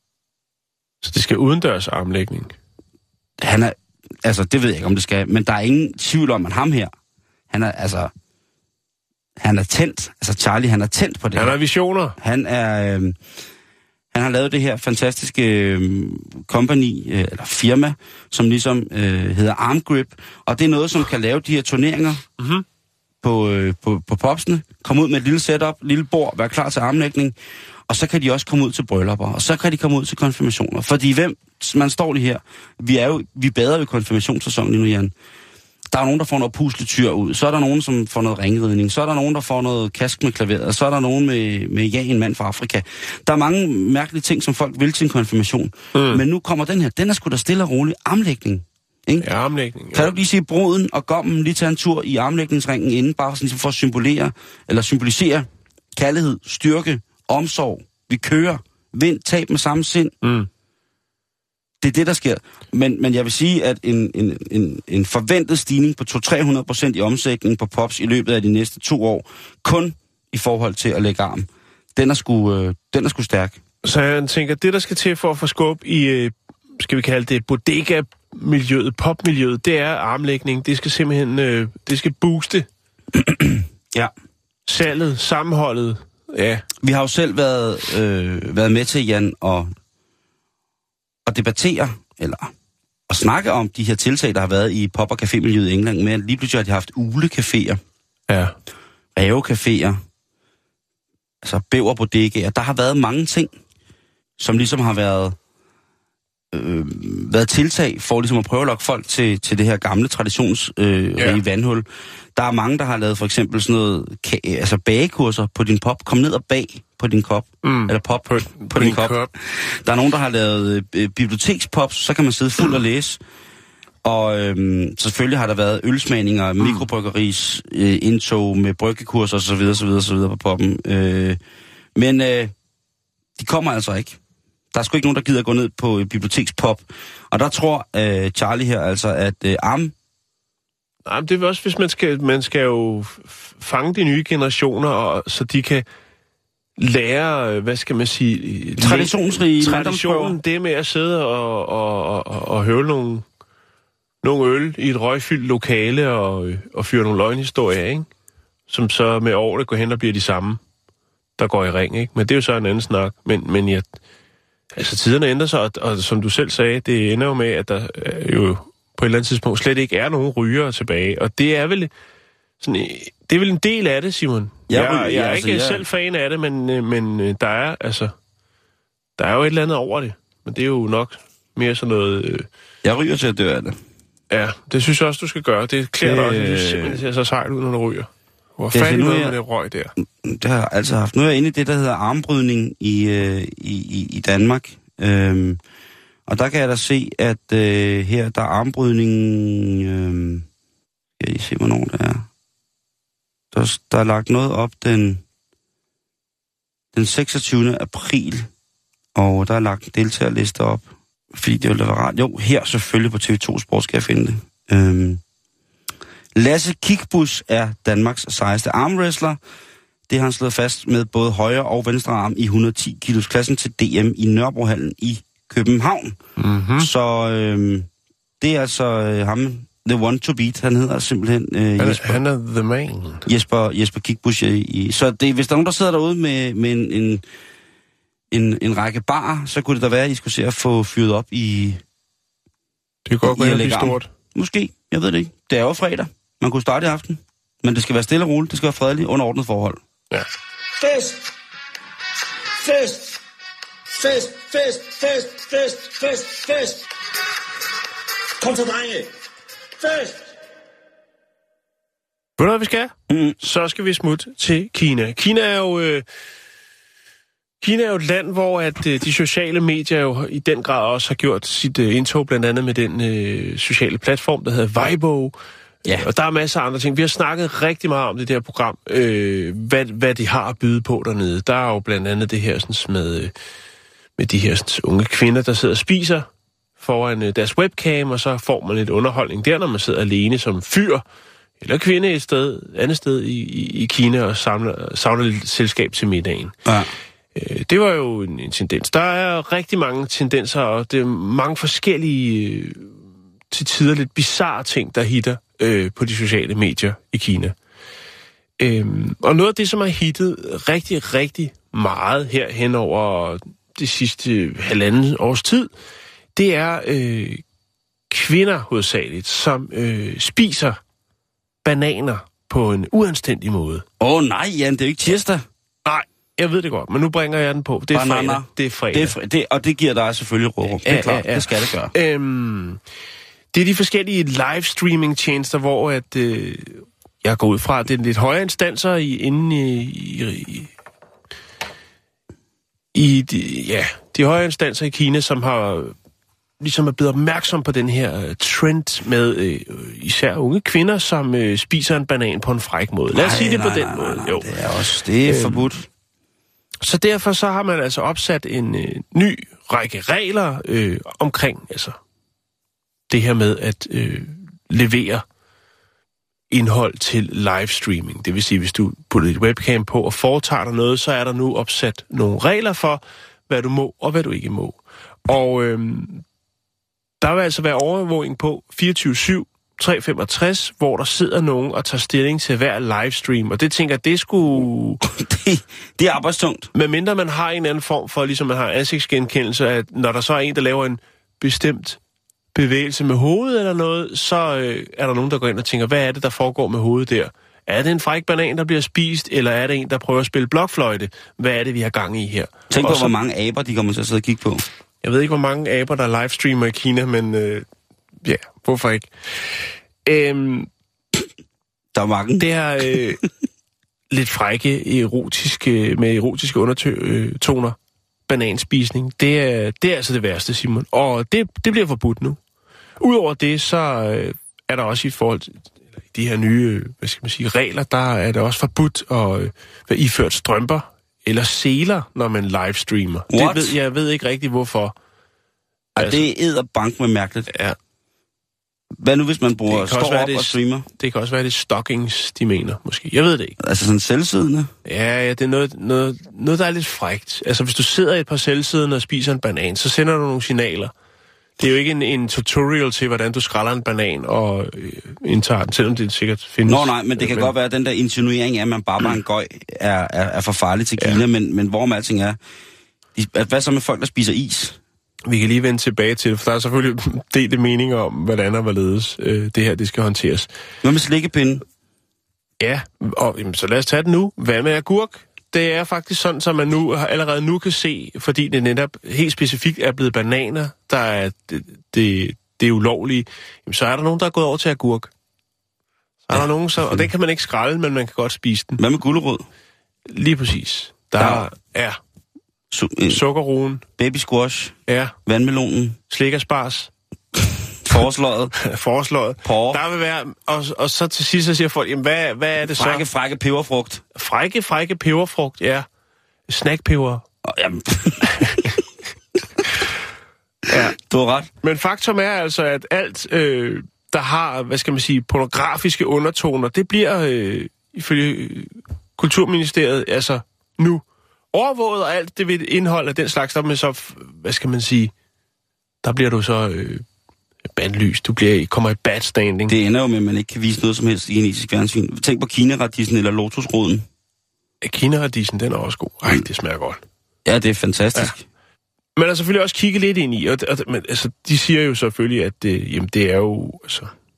Speaker 2: Så det skal udendørs armlægning?
Speaker 4: Han er, altså det ved jeg ikke, om det skal, men der er ingen tvivl om, at ham her, han er altså, han er tændt, altså Charlie, han er tændt på det.
Speaker 2: Han har visioner.
Speaker 4: Han er, øh, han har lavet det her fantastiske øh, company, øh, eller firma, som ligesom øh, hedder Armgrip, og det er noget, som kan lave de her turneringer, mm-hmm. På, øh, på, på popsene, komme ud med et lille setup, lille bord, være klar til armlægning, og så kan de også komme ud til bryllupper, og så kan de komme ud til konfirmationer. Fordi hvem, man står lige her, vi er jo, vi bader jo i konfirmationssæsonen lige nu, Jan. Der er nogen, der får noget pusletyr ud, så er der nogen, som får noget ringridning, så er der nogen, der får noget kask med klaveret, så er der nogen med, med ja, en mand fra Afrika. Der er mange mærkelige ting, som folk vil til en konfirmation. Mm. Men nu kommer den her, den er sgu da stille og rolig armlægning. Ikke?
Speaker 2: Ja, armlægning. Ja.
Speaker 4: Kan du lige sige bruden og gommen lige tage en tur i armlægningsringen inden, bare sådan, for at symbolere, eller symbolisere kærlighed, styrke, omsorg, vi kører, vind, tab med samme sind. Mm. Det er det, der sker. Men, men jeg vil sige, at en, en, en, en forventet stigning på to til tre hundrede procent i omsætning på pops i løbet af de næste to år, kun i forhold til at lægge arm, den er sgu, øh, den er sgu stærk.
Speaker 2: Så jeg tænker, det der skal til for at få skub i, øh, skal vi kalde det, bodega miljøet, popmiljøet, det er armlægning. Det skal simpelthen, øh, det skal booste.
Speaker 4: Ja.
Speaker 2: Salget, sammenholdet, ja.
Speaker 4: Vi har jo selv været, øh, været med til, Jan, og, og debattere, eller at snakke om de her tiltag, der har været i pop- og cafémiljøet i England, men lige pludselig har de haft ulecaféer,
Speaker 2: ja.
Speaker 4: rævecaféer, altså bæverbodegaer. Der har været mange ting, som ligesom har været Øh, været tiltag for ligesom at prøve at lokke folk til, til det her gamle traditionsrige øh, ja. vandhul. Der er mange, der har lavet for eksempel sådan noget, ka- altså bagekurser på din pop. Kom ned og bag på din kop. Mm. Eller pop på, på, på din, din kop. kop. Der er nogen, der har lavet øh, bibliotekspops, så kan man sidde fuld og læse. Og øh, selvfølgelig har der været ølsmagninger, mm. mikrobryggeriers øh, indtog med bryggekurser osv. osv. osv. på poppen. Øh, men øh, de kommer altså ikke. Der er sgu ikke nogen, der gider gå ned på et bibliotekspop. Og der tror øh, Charlie her altså, at øh, arm...
Speaker 2: Nej, men det er også, hvis man skal, man skal jo fange de nye generationer, og, så de kan lære, hvad skal man sige...
Speaker 4: Traditionsrige
Speaker 2: traditionen, det med at sidde og, og, og, og høvle nogle, nogle øl i et røgfyldt lokale og, og fyre nogle løgnhistorier, ikke? Som så med årene går hen og bliver de samme, der går i ring, ikke? Men det er jo så en anden snak. Men, men jeg... Altså, tiderne ændrer sig, og, og som du selv sagde, det ender jo med, at der jo på et eller andet tidspunkt slet ikke er nogen rygere tilbage. Og det er vel sådan, det er vel en del af det, Simon. Jeg, jeg, jeg er altså, ikke jeg... selv fan af det, men, men der er altså der er jo et eller andet over det. Men det er jo nok mere sådan noget... Øh...
Speaker 4: Jeg ryger til at dø af det.
Speaker 2: Ja, det synes jeg også, du skal gøre. Det klæder dig også, det simpelthen ser så sejt ud, når du ryger. Hvor fanden er med det røg der?
Speaker 4: Det har jeg altså haft. Nu er jeg inde i det, der hedder armbrydning i, øh, i, i Danmark. Øhm, og der kan jeg da se, at øh, her der er armbrydning... Øh, skal I se, hvornår det er? Der, der er lagt noget op den, den seksogtyvende april, og der er lagt en deltagerliste op, fordi det ville være rart. Jo, her selvfølgelig på T V to Sport skal jeg finde det. Øhm, Lasse Kickbus er Danmarks sejeste armwrestler. Det har han slået fast med både højre og venstre arm i hundrede og ti kilos klassen til D M i Nørrebrohallen i København. Mm-hmm. Så øhm, det er altså øh, ham, the one to beat. Han hedder simpelthen øh,
Speaker 2: han,
Speaker 4: Jesper.
Speaker 2: Han er the man.
Speaker 4: Jesper, Jesper Kickbus. I, så det, hvis der er nogen, der sidder derude med, med en, en, en, en række bar, så kunne det da være, at I skulle se at få fyret op i...
Speaker 2: Det kan godt være, det er stort.
Speaker 4: Måske. Jeg ved det ikke. Det er jo fredag. Man kunne starte i aften. Men det skal være stille og roligt. Det skal være fredeligt under ordnet forhold.
Speaker 2: Ja.
Speaker 6: Fest! Fest! Fest! Fest! Fest! Fest! Fest! Fest! Kom så, drenge! Fest!
Speaker 2: Ved du, hvad vi skal?
Speaker 4: Mm.
Speaker 2: Så skal vi smutte til Kina. Kina er jo... Øh, Kina er jo et land, hvor at øh, de sociale medier jo i den grad også har gjort sit øh, indtog, blandt andet med den øh, sociale platform, der hedder Weibo.
Speaker 4: Ja.
Speaker 2: Og der er masser af andre ting. Vi har snakket rigtig meget om det der program, øh, hvad, hvad de har at byde på dernede. Der er jo blandt andet det her sådan, med, øh, med de her sådan, unge kvinder, der sidder og spiser foran øh, deres webcam, og så får man lidt underholdning der, når man sidder alene som fyr eller kvinde et sted, andet sted i, i, i Kina og samler, samler lidt selskab til middagen.
Speaker 4: Ja.
Speaker 2: Det var jo en, en tendens. Der er rigtig mange tendenser, og det er mange forskellige, øh, til tider lidt bizarre ting, der hitter øh, på de sociale medier i Kina. Øhm, og noget af det, som har hittet rigtig, rigtig meget her hen over det sidste halvanden års tid, det er øh, kvinder hovedsageligt, som øh, spiser bananer på en uanstændig måde.
Speaker 4: Åh oh, nej, Jan, det er jo ikke tirsdag.
Speaker 2: Nej. Jeg ved det godt, men nu bringer jeg den på. Det er
Speaker 4: Banana.
Speaker 2: fredag. Det er fredag.
Speaker 4: Det er fre- det, og det giver dig selvfølgelig rårum. Det er
Speaker 2: Ja,
Speaker 4: klart,
Speaker 2: ja, ja.
Speaker 4: det skal det gøre.
Speaker 2: Øhm, det er de forskellige livestreaming-tjenester, hvor at, øh, jeg går ud fra, at det er lidt højere instanser i, inde i, i, i de, ja, de højere instanser i Kina, som har ligesom er blevet opmærksom på den her trend med øh, især unge kvinder, som øh, spiser en banan på en fræk måde. Lad os
Speaker 4: Nej,
Speaker 2: sige det
Speaker 4: nej,
Speaker 2: på den
Speaker 4: nej,
Speaker 2: måde.
Speaker 4: nej,
Speaker 2: Jo.
Speaker 4: Det er også det er
Speaker 2: Øhm,
Speaker 4: forbudt.
Speaker 2: Så derfor så har man altså opsat en øh, ny række regler øh, omkring altså det her med at øh, levere indhold til livestreaming. Det vil sige, hvis du putter dit webcam på og foretager dig noget, så er der nu opsat nogle regler for, hvad du må og hvad du ikke må. Og øh, der vil altså være overvågning på fireogtyve syv, tre femogtres, hvor der sidder nogen og tager stilling til hver livestream. Og det tænker jeg, det skulle...
Speaker 4: det, det er arbejdstungt.
Speaker 2: Medmindre man har en anden form for, ligesom man har ansigtsgenkendelse, at når der så er en, der laver en bestemt bevægelse med hovedet eller noget, så øh, er der nogen, der går ind og tænker, hvad er det, der foregår med hovedet der? Er det en fræk banan, der bliver spist, eller er det en, der prøver at spille blokfløjte? Hvad er det, vi har gang i her?
Speaker 4: Tænk
Speaker 2: og
Speaker 4: på,
Speaker 2: så,
Speaker 4: hvor mange aber, de kommer til at sidde og kigge på.
Speaker 2: Jeg ved ikke, hvor mange aber, der livestreamer i Kina, men øh, ja, hvorfor ikke? Øhm,
Speaker 4: Der er mange.
Speaker 2: det er øh, lidt frække, erotiske, med erotiske undertoner, bananspisning. Det er, det er altså det værste, Simon. Og det, det bliver forbudt nu. Udover det, så øh, er der også i forhold til de her nye, hvad skal man sige, regler, der er det også forbudt at øh, være iført strømper eller seler, når man livestreamer.
Speaker 4: What?
Speaker 2: Det ved, jeg ved ikke rigtig, hvorfor.
Speaker 4: Ej, det er edderbank med mærkeligt.
Speaker 2: Ja.
Speaker 4: Hvad nu, hvis man bruger står op
Speaker 2: det,
Speaker 4: og streamer?
Speaker 2: Det kan også være, det er stockings, de mener, måske. Jeg ved det ikke.
Speaker 4: Altså sådan selvsiddende?
Speaker 2: Ja, ja, det er noget, noget, noget, der er lidt frækt. Altså, hvis du sidder i et par selvsiddende og spiser en banan, så sender du nogle signaler. Det er jo ikke en, en tutorial til, hvordan du skræller en banan og øh, indtager den, selvom det sikkert findes.
Speaker 4: Nå nej, men det kan men... godt være, at den der insinuering af, at man bare var en gøj, er, er, er for farlig til Kina, ja. men, men hvorom alting er... Hvad så med folk, der spiser is?
Speaker 2: Vi kan lige vende tilbage til det, for der er selvfølgelig delte meninger om, hvordan og hvorledes øh, det her det skal håndteres.
Speaker 4: Hvad med slikkepinde?
Speaker 2: Ja, og jamen, så lad os tage det nu. Hvad med agurk? Det er faktisk sådan, som man nu allerede nu kan se, fordi det netop helt specifikt er blevet bananer, der er det, det, det er ulovlige. Jamen, så er der nogen, der er gået over til agurk. Så er ja. der nogen, så, og den kan man ikke skrælle, men man kan godt spise den.
Speaker 4: Hvad med gulerod?
Speaker 2: Lige præcis. Der ja. er
Speaker 4: Su-
Speaker 2: sukkerroen.
Speaker 4: Baby squash.
Speaker 2: Ja.
Speaker 4: Vandmelonen.
Speaker 2: Slikkerspars.
Speaker 4: Foreslået.
Speaker 2: Foreslået.
Speaker 4: Porre.
Speaker 2: Der vil være, og, og så til sidst så siger folk, jamen hvad, hvad er det så?
Speaker 4: Frække, frække peberfrugt.
Speaker 2: Frække, frække peberfrugt, ja. Snackpeber.
Speaker 4: Oh, jamen.
Speaker 2: Ja.
Speaker 4: Du har ret.
Speaker 2: Men faktum er altså, at alt, øh, der har, hvad skal man sige, pornografiske undertoner, det bliver, øh, ifølge Kulturministeriet, altså nu overvåget, og alt det vil indhold af den slags, der med så, hvad skal man sige, der bliver du så øh, bandlyst. Du bliver, kommer i bad standing.
Speaker 4: Det ender jo med, at man ikke kan vise noget som helst i kinesisk fjernsyn. Tænk på kinaradisen eller lotusroden.
Speaker 2: Kinaradisen, den er også god. Ej, det smager godt.
Speaker 4: Ja, det er fantastisk. Ja.
Speaker 2: Man har selvfølgelig også kigget lidt ind i, og, og men, altså, de siger jo selvfølgelig, at det, jamen, det er jo, altså,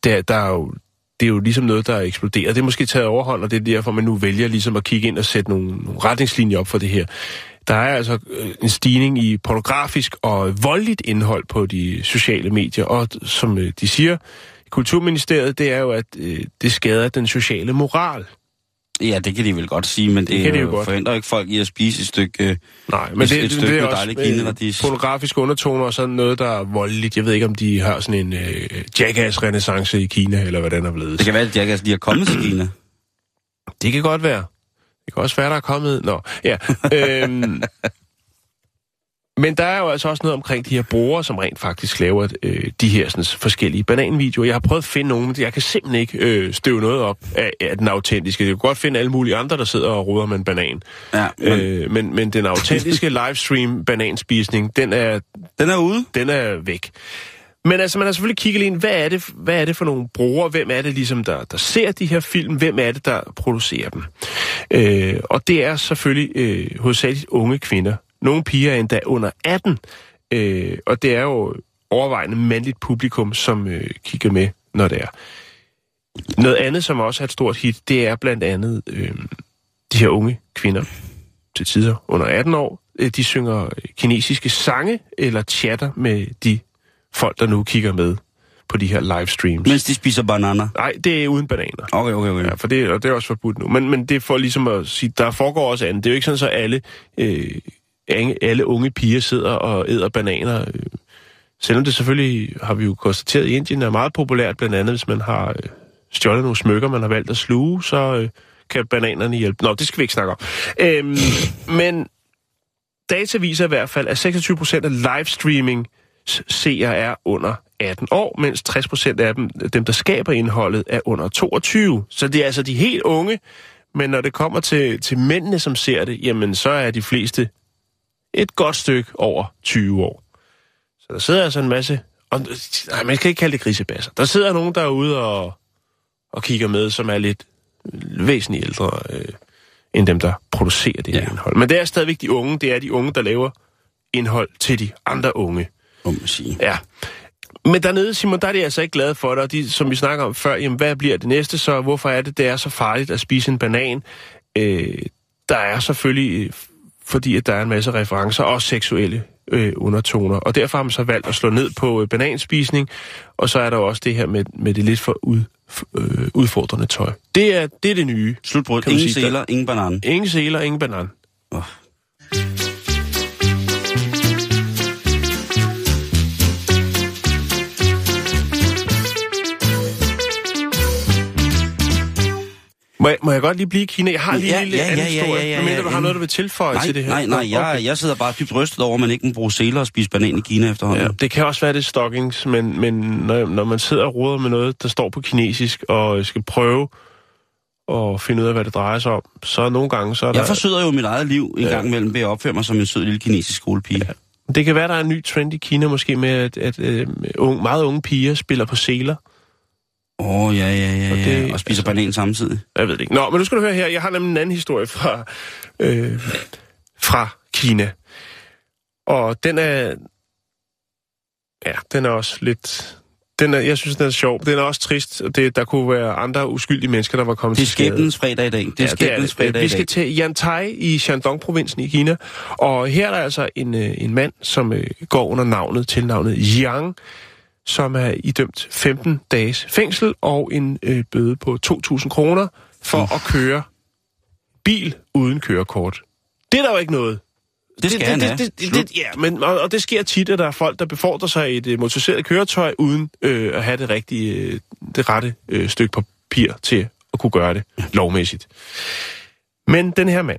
Speaker 2: der, der er jo, det er jo ligesom noget, der er eksploderet. Det er måske taget overhånd, og det er derfor, man nu vælger ligesom at kigge ind og sætte nogle, nogle retningslinjer op for det her. Der er altså en stigning i pornografisk og voldeligt indhold på de sociale medier, og som de siger i Kulturministeriet, det er jo, at øh, det skader den sociale moral.
Speaker 4: Ja, det kan de vel godt sige, men det, det, det jo forhindrer ikke folk i at spise et stykke,
Speaker 2: Nej, men
Speaker 4: et,
Speaker 2: det,
Speaker 4: et
Speaker 2: det,
Speaker 4: stykke
Speaker 2: det er
Speaker 4: med dejlig kineradis.
Speaker 2: Pornografiske undertoner og sådan noget, der er voldeligt. Jeg ved ikke, om de har sådan en øh, jackass-renæssance i Kina, eller hvad den er blevet.
Speaker 4: Det kan være, at jackass lige er kommet til Kina.
Speaker 2: Det kan godt være. Det kan også være, der er kommet... Nå, ja. øhm, men der er jo altså også noget omkring de her brugere, som rent faktisk laver øh, de her sådan, forskellige bananvideoer. Jeg har prøvet at finde nogle, men jeg kan simpelthen ikke øh, støve noget op af, af den autentiske. Jeg kan godt finde alle mulige andre, der sidder og ruder med en banan. Ja, men... Øh, men, men den autentiske livestream bananspisning, den er...
Speaker 4: Den er ude?
Speaker 2: Den er væk. Men altså, man har selvfølgelig kigget lige ind, hvad er det, hvad er det for nogle brugere? Hvem er det ligesom, der, der ser de her film? Hvem er det, der producerer dem? Øh, og det er selvfølgelig øh, hovedsageligt unge kvinder. Nogle piger er endda under atten, øh, og det er jo overvejende mandligt publikum, som øh, kigger med, når det er. Noget andet, som også er et stort hit, det er blandt andet øh, de her unge kvinder, til tider under atten år. Øh, de synger kinesiske sange eller chatter med de folk, der nu kigger med på de her livestreams.
Speaker 4: Mens de spiser bananer?
Speaker 2: Nej, det er uden bananer.
Speaker 4: Okay, okay, okay.
Speaker 2: Ja, for det, og det er også forbudt nu. Men, men det er for ligesom at sige, der foregår også andet. Det er jo ikke sådan, så alle, øh, alle unge piger sidder og æder bananer. Øh, selvom det selvfølgelig, har vi jo konstateret, i Indien er meget populært, blandt andet hvis man har øh, stjålet nogle smykker, man har valgt at sluge, så øh, kan bananerne hjælpe. Nå, det skal vi ikke snakke om. Øh, men data viser i hvert fald, at seksogtyve procent af livestreaming seere er under atten år, mens tres procent af dem, dem, der skaber indholdet, er under toogtyve. Så det er altså de helt unge, men når det kommer til, til mændene, som ser det, jamen så er de fleste et godt stykke over tyve år. Så der sidder altså en masse... Og, nej, man skal ikke kalde det grisebasser. Der sidder nogen derude og, og kigger med, som er lidt væsentligt ældre øh, end dem, der producerer det her ja. indhold. Men det er stadigvæk de unge. Det er de unge, der laver indhold til de andre unge.
Speaker 4: Om at sige.
Speaker 2: Ja. Men dernede, Simon, der er de altså ikke glade for det, og de, som vi snakker om før, jamen, hvad bliver det næste så? Hvorfor er det, det er så farligt at spise en banan? Øh, der er selvfølgelig, fordi at der er en masse referencer, også seksuelle øh, undertoner, og derfor har man så valgt at slå ned på øh, bananspisning, og så er der også det her med, med det lidt for ud, øh, udfordrende tøj. Det er det, er det nye.
Speaker 4: Slutbrud. Ingen seler, ingen banan.
Speaker 2: Ingen seler, ingen banan.
Speaker 4: Oh.
Speaker 2: Må jeg, må jeg godt lige blive i Kina? Jeg har lige
Speaker 4: ja,
Speaker 2: en lille
Speaker 4: ja,
Speaker 2: anden
Speaker 4: ja, ja,
Speaker 2: historie,
Speaker 4: ja, ja, ja,
Speaker 2: medmindre du
Speaker 4: ja.
Speaker 2: har noget, du vil tilføje
Speaker 4: nej,
Speaker 2: til det her.
Speaker 4: Nej, nej,
Speaker 2: okay.
Speaker 4: jeg, jeg sidder bare dybt rystet over, at man ikke må bruge seler og spise banan i Kina efterhånden.
Speaker 2: Ja, det kan også være det stockings, men, men når, når man sidder og roder med noget, der står på kinesisk, og skal prøve at finde ud af, hvad det drejer sig om, så nogle gange, så er der...
Speaker 4: Jeg forsøger jo mit eget liv en
Speaker 2: ja.
Speaker 4: gang imellem ved at opføre mig som en sød lille kinesisk skolepige. Ja.
Speaker 2: Det kan være, der er en ny trend i Kina måske med, at, at, at unge, meget unge piger spiller på seler.
Speaker 4: Åh, oh, ja, ja, ja,
Speaker 2: og, det,
Speaker 4: ja. Og spiser altså, banan samtidig.
Speaker 2: Jeg ved det ikke. Nå, men nu skal du høre her. Jeg har nemlig en anden historie fra, øh, fra Kina. Og den er... Ja, den er også lidt... Den er, jeg synes, den er sjov. Den er også trist. Det, der kunne være andre uskyldige mennesker, der var kommet til skade.
Speaker 4: Det er skæbnens fredag i dag. Det er ja, skæbnens fredag i dag.
Speaker 2: Vi skal til Yantai i Shandong-provinsen i Kina. Og her er der altså en, en mand, som går under navnet til navnet Yang, som er idømt femten dages fængsel og en øh, bøde på to tusind kroner for uh. at køre bil uden kørekort. Det er der jo ikke noget.
Speaker 4: Det skal
Speaker 2: det,
Speaker 4: han
Speaker 2: det, det, det, ja, men, og, og det sker tit, at der er folk, der befordrer sig i et motoriseret køretøj, uden øh, at have det rigtige, øh, det rette øh, stykke papir til at kunne gøre det lovmæssigt. Men den her mand,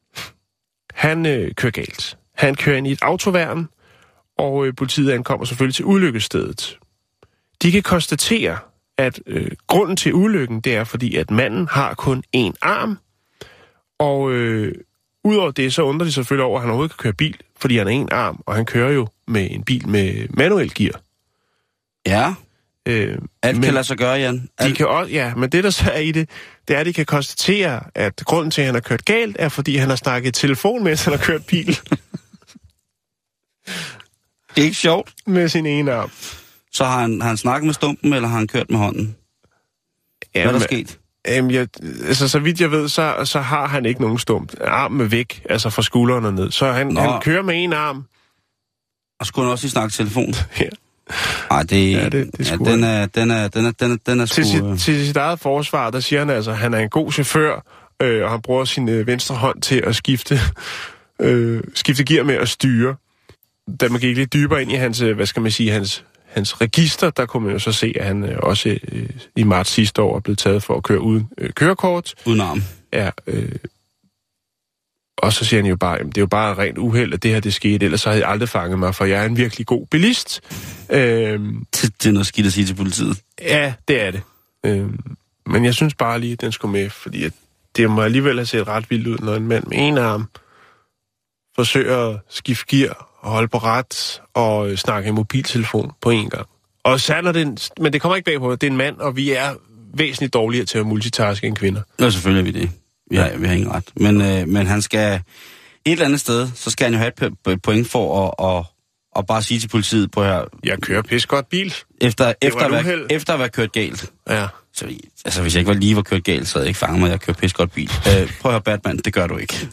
Speaker 2: han øh, kører galt. Han kører ind i et autoværn, og øh, politiet ankommer selvfølgelig til ulykkesstedet. De kan konstatere, at øh, grunden til ulykken, det er fordi, at manden har kun én arm, og øh, udover det, så undrer de selvfølgelig over, at han overhovedet kan køre bil, fordi han har én arm, og han kører jo med en bil med manuel gear.
Speaker 4: Ja,
Speaker 2: øh,
Speaker 4: alt kan lade sig gøre, Jan.
Speaker 2: De kan også, ja, men det der så er i det, det er, at de kan konstatere, at grunden til, at han har kørt galt, er fordi han har snakket telefon, mens han har kørt bil.
Speaker 4: Det er ikke sjovt.
Speaker 2: Med sin ene arm.
Speaker 4: Så har han, har han snakket med stumpen, eller har han kørt med hånden? Hvad er der sket?
Speaker 2: Jamen, jeg, altså, så vidt jeg ved, så, så har han ikke nogen stump. Armen er væk, altså fra skulderen og ned. Så han, han kører med en arm.
Speaker 4: Og skulle han også lige snakke telefon?
Speaker 2: Ja.
Speaker 4: Ej, det,
Speaker 2: ja, det, det
Speaker 4: ja, den er, den er, den er, den er, den er sgu...
Speaker 2: Til sit, til sit eget forsvar, der siger han altså, at han er en god chauffør, øh, og han bruger sin øh, venstre hånd til at skifte, øh, skifte gear med at styre. Da man gik lidt dybere ind i hans, hvad skal man sige, hans, hans register, der kunne man jo så se, at han øh, også øh, i marts sidste år er blevet taget for at køre uden øh, kørekort.
Speaker 4: Uden arm.
Speaker 2: Ja, øh, og så siger han jo bare, jamen, det er jo bare rent uheld, at det her det skete, ellers så havde jeg aldrig fanget mig, for jeg er en virkelig god bilist. Øh,
Speaker 4: det, det er noget skidt at sige til politiet.
Speaker 2: Ja, det er det. Øh, men jeg synes bare lige, at den skulle med, fordi at det må alligevel have set ret vildt ud, når en mand med en arm forsøger at skifte gear og holde på ret og snakke i mobiltelefon på en gang. Og så er det, men det kommer ikke bag på, at det er en mand, og vi er væsentligt dårligere til at multitaske end kvinder.
Speaker 4: Ja, selvfølgelig er vi det. Vi har, vi har ingen ret. Men, øh, men han skal et eller andet sted, så skal han jo have et point for at, at, at bare sige til politiet på her...
Speaker 2: Jeg kører pis godt bil.
Speaker 4: Efter, efter, at være, efter at være kørt galt.
Speaker 2: Ja.
Speaker 4: Så, altså, hvis jeg ikke var lige var kørt galt, så havde jeg ikke fanget mig, at jeg kører pis godt bil. Øh, prøv at høre, Batman, det gør du ikke.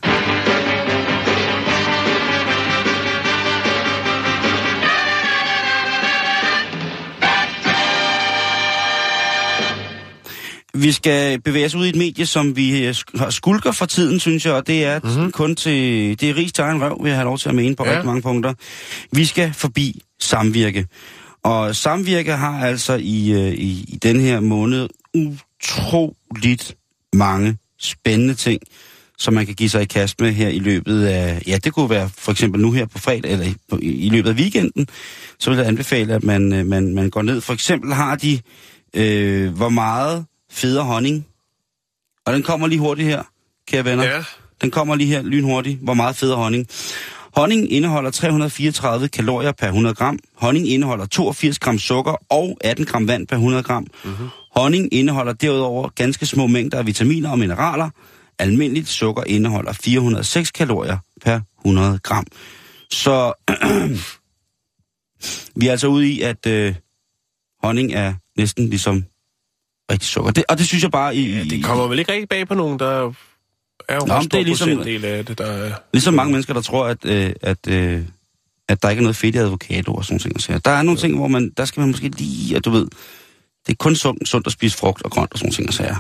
Speaker 4: Vi skal bevæge os ud i et medie, som vi har skulker for tiden, synes jeg, og det er mm-hmm. kun til... Det er rigs til egen røv, vil jeg have lov til at mene på ja. rigtig mange punkter. Vi skal forbi Samvirke. Og Samvirke har altså i, i, i den her måned utroligt mange spændende ting, som man kan give sig i kast med her i løbet af... Ja, det kunne være for eksempel nu her på fredag, eller i, i løbet af weekenden, så vil jeg anbefale, at man, man, man går ned. For eksempel har de, øh, hvor meget... feder honning. Og den kommer lige hurtigt her, kære venner.
Speaker 2: Ja.
Speaker 4: Den kommer lige her lynhurtigt. Hvor meget feder honning. Honning indeholder tre hundrede og fireogtredive kalorier per hundrede gram. Honning indeholder toogfirs gram sukker og atten gram vand per hundrede gram. Mm-hmm. Honning indeholder derudover ganske små mængder af vitaminer og mineraler. Almindeligt sukker indeholder fire hundrede og seks kalorier per hundrede gram. Så vi er altså ude i, at øh, honning er næsten ligesom rigtig sukker. Det, og det synes jeg bare... I,
Speaker 2: ja, det kommer vel ikke rigtig bag på nogen, der er jo en stor ligesom, procentdel af det, der er...
Speaker 4: Ligesom mange mennesker, der tror, at, øh, at, øh, at der ikke er noget fedt i avocado og sådan ting. Så der er nogle ja. ting, hvor man, der skal man måske lige... At du ved, det er kun sundt, sundt at spise frugt og grønt og sådan ting. Så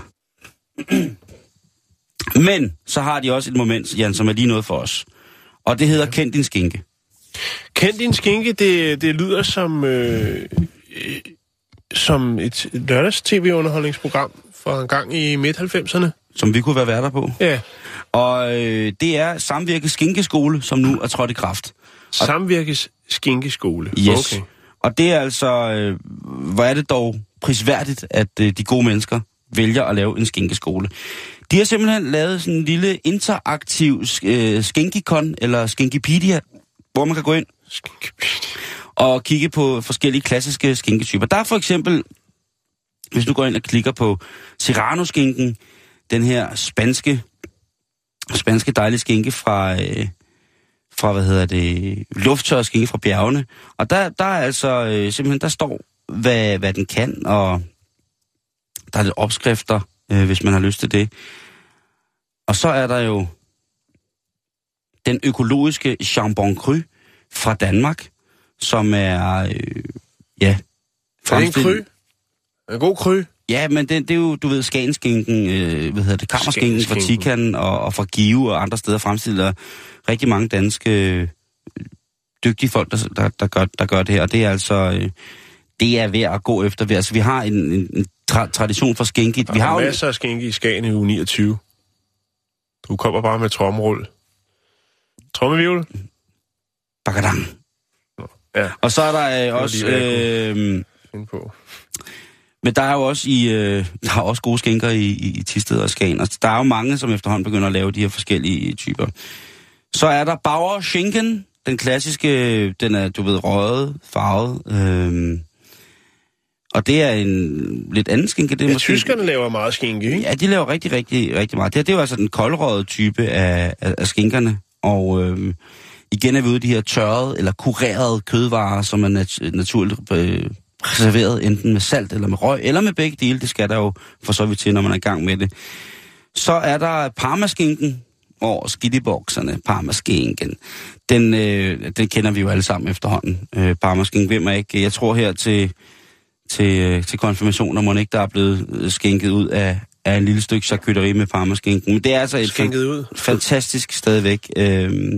Speaker 4: men så har de også et moment, Jan, som er lige noget for os. Og det hedder ja. Kend din skinke.
Speaker 2: Kend din skinke, det, det lyder som... Øh, som et lørdags-tv-underholdningsprogram fra en gang i midt halvfemserne.
Speaker 4: Som vi kunne være værter på.
Speaker 2: Ja.
Speaker 4: Og øh, det er Samvirkes Skinkeskole, som nu er trådt i kraft.
Speaker 2: Samvirkes Skinkeskole.
Speaker 4: Yes.
Speaker 2: Okay.
Speaker 4: Og det er altså, øh, hvor er det dog prisværdigt, at øh, de gode mennesker vælger at lave en skinkeskole. De har simpelthen lavet sådan en lille interaktiv øh, skinkikon, eller skinkipedia, hvor man kan gå ind og kigge på forskellige klassiske skinketyper. Der er for eksempel, hvis du går ind og klikker på Serrano-skinken, den her spanske, spanske dejlige skinke fra, øh, fra hvad hedder det, lufttør skinke fra bjergene. Og der, der er altså øh, simpelthen, der står, hvad, hvad den kan, og der er lidt opskrifter, øh, hvis man har lyst til det. Og så er der jo den økologiske Chambon Cru fra Danmark, som er, øh, ja...
Speaker 2: Er det en cru? En god cru?
Speaker 4: Ja, men det, det er jo, du ved, Skagenskinken, øh, hvad hedder det, Kammerskinken fra Tikan og, og fra Give og andre steder fremstiller rigtig mange danske øh, dygtige folk, der, der, der, gør, der gør det her. Og det er altså, øh, det er ved at gå efter. Altså, vi har en, en, en tra- tradition for skinke.
Speaker 2: Der
Speaker 4: vi har
Speaker 2: masser jo... af skinke i Skagen i uge niogtyve. Du kommer bare med trommerull. Trommevivl?
Speaker 4: Bakadang.
Speaker 2: Ja.
Speaker 4: Og så er der øh, også... Øh,
Speaker 2: på.
Speaker 4: Men der er jo også i øh, der er også gode skinker i, i, i Thisted og Skagen. Og der er jo mange, som efterhånden begynder at lave de her forskellige typer. Så er der Bauer Schinken, den klassiske, den er, du ved, røget, farvet. Øh, og det er en lidt anden skinke. Det er
Speaker 2: ja,
Speaker 4: måske,
Speaker 2: tyskerne laver meget skinke, ikke?
Speaker 4: Ja, de laver rigtig, rigtig, rigtig meget. Det her, det er jo altså den koldrøgede type af, af, af skinkerne. Og øh, igen er vi ude i de her tørrede eller kurerede kødvarer, som er nat- naturligt øh, serveret enten med salt eller med røg, eller med begge dele. Det skal der jo for så vidt til, når man er i gang med det. Så er der parmaskinken. Åh, oh, skidtibokserne, parmaskinken. Den, øh, den kender vi jo alle sammen efterhånden. Øh, parmaskinken, hvem er ikke? Jeg tror her til, til, til konfirmationer, må ikke der er blevet skænket ud af, af en lille stykke charcuterie med parmaskinken. Men det er altså et
Speaker 2: skænket ud.
Speaker 4: fantastisk stadigvæk, øh,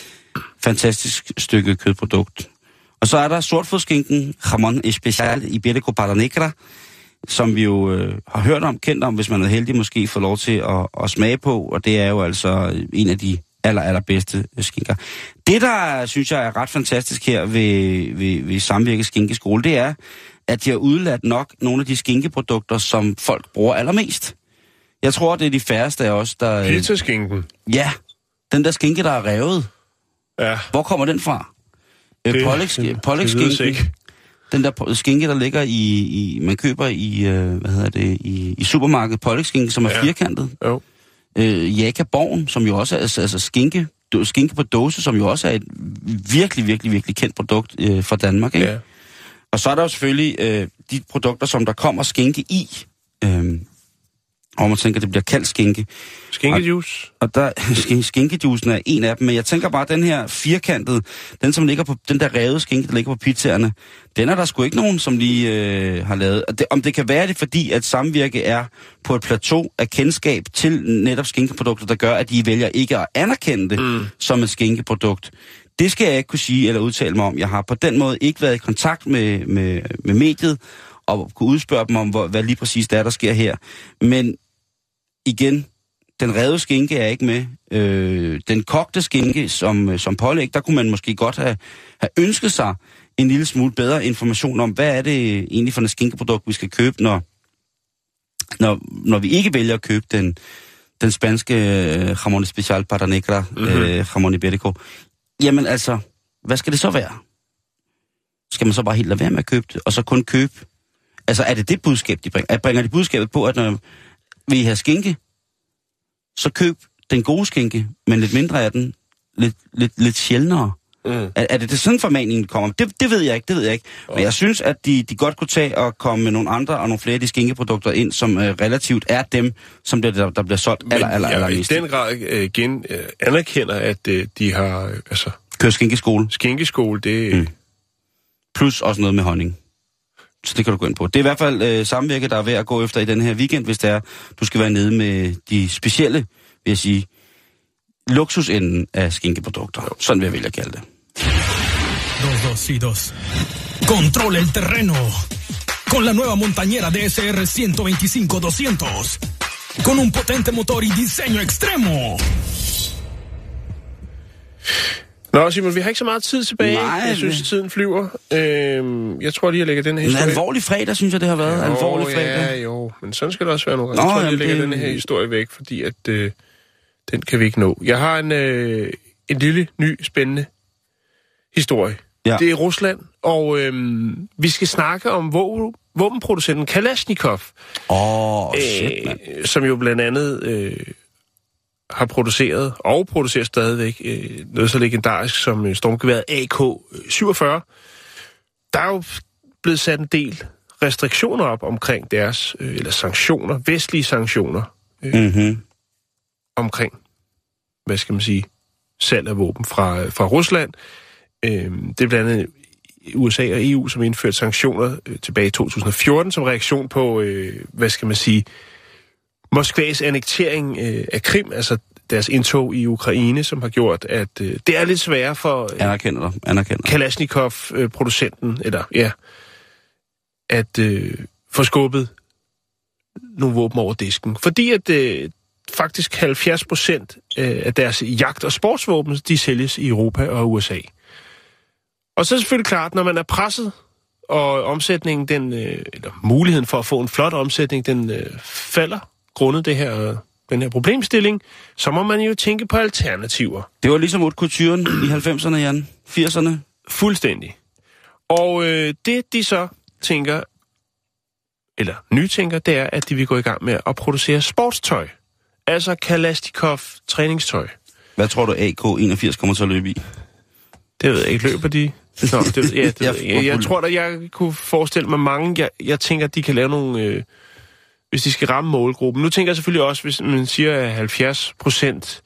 Speaker 4: fantastisk stykke kødprodukt. Og så er der sortfodskinken, jamón especial ibérico para negra, som vi jo øh, har hørt om, kendt om, hvis man er heldig måske får lov til at, at smage på, og det er jo altså en af de aller, allerbedste skinker. Det, der synes jeg er ret fantastisk her ved, ved, ved Samvirke Skinkeskole, det er, at de har udladt nok nogle af de skinkeprodukter, som folk bruger allermest. Jeg tror, det er de færreste af os, der... Øh,
Speaker 2: Pizzaskinken.
Speaker 4: Ja, den der skinke, der er revet.
Speaker 2: Ja.
Speaker 4: Hvor kommer den fra? Øh, Pollock-skinken. Den der skinke, der ligger i, i man køber i, øh, hvad hedder det, i, i supermarkedet, Pollock-skinke, som er ja. firkantet.
Speaker 2: Jo.
Speaker 4: Øh, Jaka Born, som jo også er altså skinke, skinke på dåse, som jo også er et virkelig, virkelig, virkelig kendt produkt øh, fra Danmark, ikke?
Speaker 2: Ja.
Speaker 4: Og så er der jo selvfølgelig øh, de produkter, som der kommer skinke i, øh, og man tænker, det bliver kaldt skinke.
Speaker 2: Skinkejuice.
Speaker 4: Og, og der, skinkejuicen er en af dem, men jeg tænker bare, den her firkantede, den som ligger på, den der revede skinke, der ligger på pizzaerne, den er der sgu ikke nogen, som lige øh, har lavet. Og det, om det kan være det, fordi at Samvirke er på et plateau af kendskab til netop skinkeprodukter, der gør, at de vælger ikke at anerkende det mm. som et skinkeprodukt. Det skal jeg ikke kunne sige eller udtale mig om. Jeg har på den måde ikke været i kontakt med, med, med mediet, og kunne udspørge dem om, hvor, hvad lige præcis der er, der sker her. Men igen, den revede skinke er ikke med. Øh, den kogte skinke, som, som pålæg, der kunne man måske godt have, have ønsket sig en lille smule bedre information om, hvad er det egentlig for et skinkeprodukt, vi skal købe, når, når, når vi ikke vælger at købe den, den spanske øh, jamón especial para negra, mm-hmm. øh, jamón ibérico. Jamen altså, hvad skal det så være? Skal man så bare helt lade være med at købe det, og så kun købe? Altså, er det det budskab, de bringer? Bringer de budskabet på, at når vi har skinke, så køb den gode skinke, men lidt mindre af den, lidt, lidt, lidt sjældnere. Mm. Er, er det det sådan formaningen kommer? Det, det ved jeg ikke, det ved jeg ikke. Oh. Men jeg synes, at de, de godt kunne tage og komme med nogle andre og nogle flere af de skinkeprodukter ind, som uh, relativt er dem, som der, der, der bliver solgt aller, aller, aller mest.
Speaker 2: Men jeg i den grad uh, igen uh, anerkender, at uh, de har... Uh, altså,
Speaker 4: kørt skinkeskole.
Speaker 2: Skinkeskole, det...
Speaker 4: Mm. Plus også noget med honning. Så det kan du gå ind på. Det er i hvert fald øh, Samvirke, der er ved at gå efter i den her weekend, hvis det er, du skal være nede med de specielle, vil jeg sige, luksusenden af skinkeprodukter. Sådan vil jeg vælge at kalde det.
Speaker 7: Dos, dos, y dos. Control el terreno. Con la nueva montañera D S R ciento veinticinco doscientos. Con un potente motor y diseño extremo.
Speaker 2: Nå, Simon, vi har ikke så meget tid tilbage.
Speaker 4: Nej,
Speaker 2: jeg synes, at tiden flyver. Øhm, jeg tror lige, jeg lægger den her historie...
Speaker 4: En alvorlig fredag, synes jeg, det har været.
Speaker 2: Jo,
Speaker 4: alvorlig fredag.
Speaker 2: Ja, jo. Men sådan skal det også være nogle gange. Jeg tror, jeg lægger det... den her historie væk, fordi at, øh, den kan vi ikke nå. Jeg har en, øh, en lille, ny, spændende historie. Ja. Det er Rusland, og øh, vi skal snakke om våben, våbenproducenten Kalashnikov.
Speaker 4: Åh, oh, shit, mand.
Speaker 2: Øh, som jo blandt andet... Øh, har produceret og producerer stadigvæk øh, noget så legendarisk som øh, stormgeværet A K syvogfyrre. Der er jo blevet sat en del restriktioner op omkring deres, øh, eller sanktioner, vestlige sanktioner, øh, mm-hmm. omkring, hvad skal man sige, salg af våben fra, fra Rusland. Øh, det er blandt andet U S A og E U, som indførte sanktioner øh, tilbage i to tusind og fjorten som reaktion på, øh, hvad skal man sige, Moskvas annektering øh, af Krim, altså deres indtog i Ukraine, som har gjort, at øh, det er lidt sværere for øh,
Speaker 4: Anerkender dig. Anerkender.
Speaker 2: Kalashnikov-producenten, øh, eller ja, at øh, få skubbet nogle våben over disken. Fordi at øh, faktisk halvfjerds procent øh, af deres jagt- og sportsvåben, de sælges i Europa og U S A. Og så er det selvfølgelig klart, når man er presset, og omsætningen, den, øh, eller muligheden for at få en flot omsætning, den øh, falder grundet det her, den her problemstilling, så må man jo tænke på alternativer.
Speaker 4: Det var ligesom haute couture i halvfemserne, Jan. firserne.
Speaker 2: Fuldstændig. Og øh, det, de så tænker, eller nytænker, det er, at de vil gå i gang med at producere sportstøj. Altså Kalashnikov træningstøj.
Speaker 4: Hvad tror du, A K enogfirs kommer til at løbe i?
Speaker 2: Det ved jeg ikke. Løber de Nå, det, ja, det,
Speaker 4: jeg,
Speaker 2: jeg, jeg, jeg tror da, jeg kunne forestille mig mange... Jeg, jeg tænker, at de kan lave nogle... Øh, hvis de skal ramme målgruppen. Nu tænker jeg selvfølgelig også, hvis man siger, at halvfjerds procent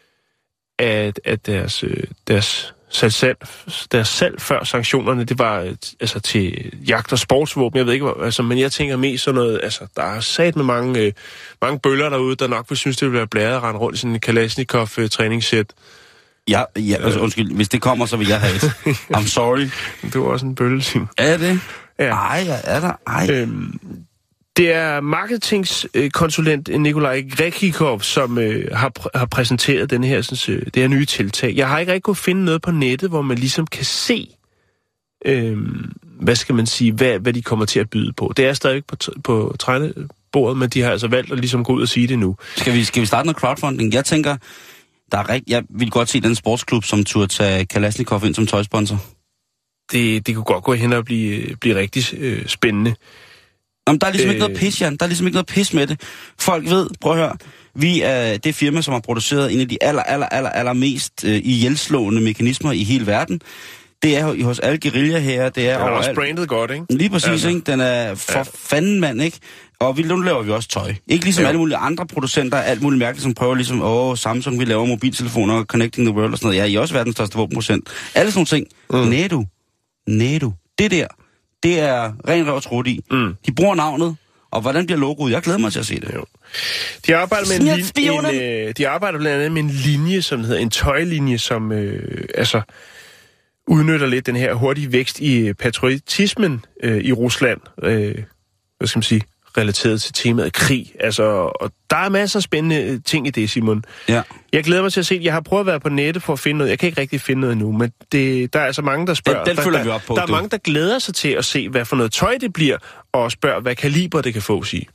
Speaker 2: af, af deres, øh, deres, salg, deres salg før sanktionerne, det var øh, altså til jagt- og sportsvåben. Jeg ved ikke, hvor, altså, men jeg tænker mest sådan noget... Altså, der er sat med mange, øh, mange bøller derude, der nok vil synes, det vil være blæret at rende rundt i sådan en Kalashnikov-træningssæt.
Speaker 4: Ja, ja altså, undskyld, hvis det kommer, så vil jeg have et. I'm sorry.
Speaker 2: Du er også en bølle, Sim.
Speaker 4: Er det?
Speaker 2: Ja.
Speaker 4: Ej, er der? Ej.
Speaker 2: Øhm, det er marketingskonsulent Nikolaj Grekikov, som øh, har, pr- har præsenteret den her, sådan, øh, det her nye tiltag. Jeg har ikke rigtig kunnet finde noget på nettet, hvor man ligesom kan se, øh, hvad skal man sige, hvad, hvad de kommer til at byde på. Det er stadig på, t- på trændebordet, men de har altså valgt at ligesom gå ud og sige det nu. Skal
Speaker 4: vi, skal vi starte noget crowdfunding? Jeg tænker... Der er rigt... Jeg vil godt se den sportsklub, som turde tage Kalashnikov ind som tøjsponsor.
Speaker 2: Det, det kunne godt gå hen og blive, blive rigtig øh, spændende.
Speaker 4: Jamen, der er ligesom øh... ikke noget pis, Jan. Der er ligesom ikke noget pis med det. Folk ved, prøv at høre, vi er det firma, som har produceret en af de aller, aller, aller, aller mest øh, ihjelslående mekanismer i hele verden. Det er hos alle guerilla her. Det er,
Speaker 2: den er også brandet godt, ikke?
Speaker 4: Lige præcis, altså. Ikke? Den er for ja. fanden, mand, ikke? Og vi, nu laver vi også tøj. Ikke ligesom jo. Alle mulige andre producenter, alt muligt mærkeligt, som prøver ligesom, åh, Samsung, vi laver mobiltelefoner, Connecting the World og sådan noget. Ja, I er også verdens største våbenprocent. Alle sådan nogle ting. Mm. Næ du. Næ du. Det der, det er ren røv trudt i. Mm. De bruger navnet, og hvordan bliver logoet? Jeg glæder mig til at se det. Jo.
Speaker 2: De arbejder, med en lin- en, øh, de arbejder blandt andet med en linje, som hedder en tøjlinje, som øh, altså udnytter lidt den her hurtige vækst i patriotismen øh, i Rusland. Øh, hvad skal man sige? Relateret til temaet krig. Altså, og der er masser af spændende ting i det, Simon.
Speaker 4: Ja.
Speaker 2: Jeg glæder mig til at se det. Jeg har prøvet at være på nettet for at finde noget. Jeg kan ikke rigtig finde noget nu, men det, der er altså mange, der spørger.
Speaker 4: Den, den følger vi op på.
Speaker 2: Der, der er
Speaker 4: du.
Speaker 2: mange, der glæder sig til at se, hvad for noget tøj det bliver, og spørger, hvad kaliber det kan fås i.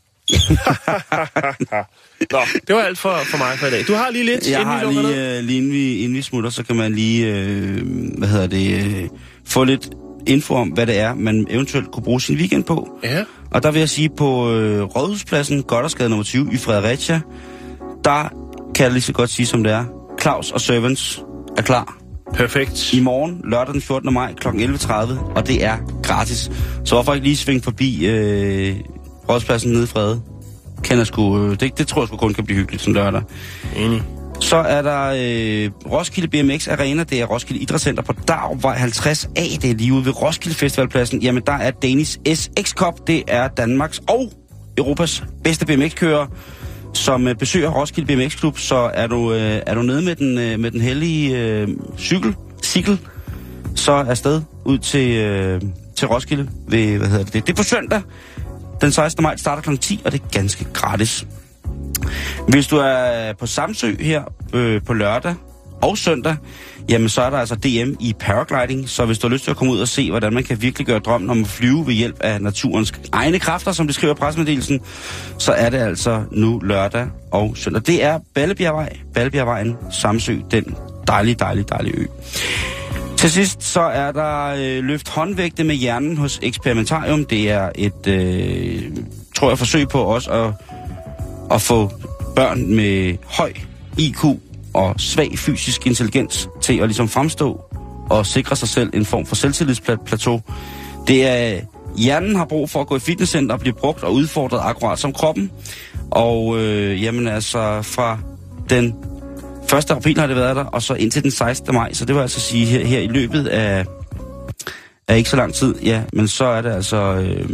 Speaker 2: Nå, det var alt for, for mig for i dag. Du har lige lidt,
Speaker 4: jeg
Speaker 2: inden
Speaker 4: har
Speaker 2: vi lukker
Speaker 4: lige, øh, lige inden vi, inden vi smutter, så kan man lige, øh, hvad hedder det, øh, få lidt info om, hvad det er, man eventuelt kunne bruge sin weekend på.
Speaker 2: Ja.
Speaker 4: Og der vil jeg sige, på øh, Rådhuspladsen, Goddersgade nummer tyve i Fredericia, der kan jeg lige så godt sige, som det er. Claus og Servants er klar.
Speaker 2: Perfekt.
Speaker 4: I morgen, lørdag den fjortende maj, kl. elleve tredive, og det er gratis. Så hvorfor ikke lige svinge forbi øh, Rådhuspladsen nede i Frede? Kan jeg sgu, øh, det, det tror jeg sgu kun kan blive hyggeligt som lørdag.
Speaker 2: Enig.
Speaker 4: Så er der øh, Roskilde B M X Arena, det er Roskilde Idrætscenter på Darvej halvtreds A, det er lige ude ved Roskilde Festivalpladsen. Jamen, der er Danish S X Cup, det er Danmarks og Europas bedste B M X-kører, som øh, besøger Roskilde B M X-klub. Så er du, øh, er du nede med den, øh, med den hellige øh, cykel, cykel, så er sted ud til, øh, til Roskilde ved, hvad hedder det, det er på søndag. Den sekstende maj starter klokken ti, og det er ganske gratis. Hvis du er på Samsø her øh, på lørdag og søndag, jamen så er der altså D M i paragliding. Så hvis du har lyst til at komme ud og se, hvordan man kan virkelig gøre drømmen om at flyve ved hjælp af naturens egne kræfter, som det skriver i pressemeddelelsen, så er det altså nu lørdag og søndag. Det er Ballebjergvej, Ballebjergvejen, Samsø, den dejlige, dejlige, dejlige ø. Til sidst så er der øh, løft håndvægte med hjernen hos Experimentarium. Det er et, øh, tror jeg, forsøg på os at, at få børn med høj I Q og svag fysisk intelligens til at ligesom fremstå og sikre sig selv en form for selvtillidsplateau. Det er, hjernen har brug for at gå i fitnesscenter og blive brugt og udfordret akkurat som kroppen. Og øh, jamen altså fra den første april har det været der, og så indtil den sekstende maj, så det vil altså sige her, her i løbet af, af ikke så lang tid, ja, men så er det altså øh,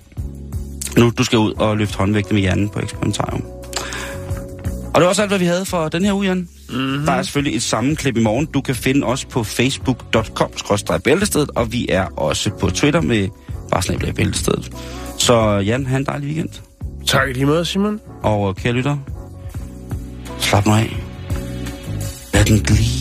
Speaker 4: nu du skal ud og løfte håndvægte med hjernen på Experimentarium. Og det var også alt, hvad vi havde for den her uge, Jan. Mm-hmm. Der er selvfølgelig et sammenklip i morgen. Du kan finde os på facebook punktum com skråstreg bæltestedet, og vi er også på Twitter med bare snabel-a bæltestedet. Så Jan, have en dejlig weekend.
Speaker 2: Tak i lige måde, Simon.
Speaker 4: Og kære lytter, slap nu af. Lad den glide.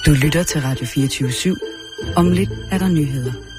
Speaker 1: Du lytter til Radio fireogtyve syv. Om lidt er der nyheder.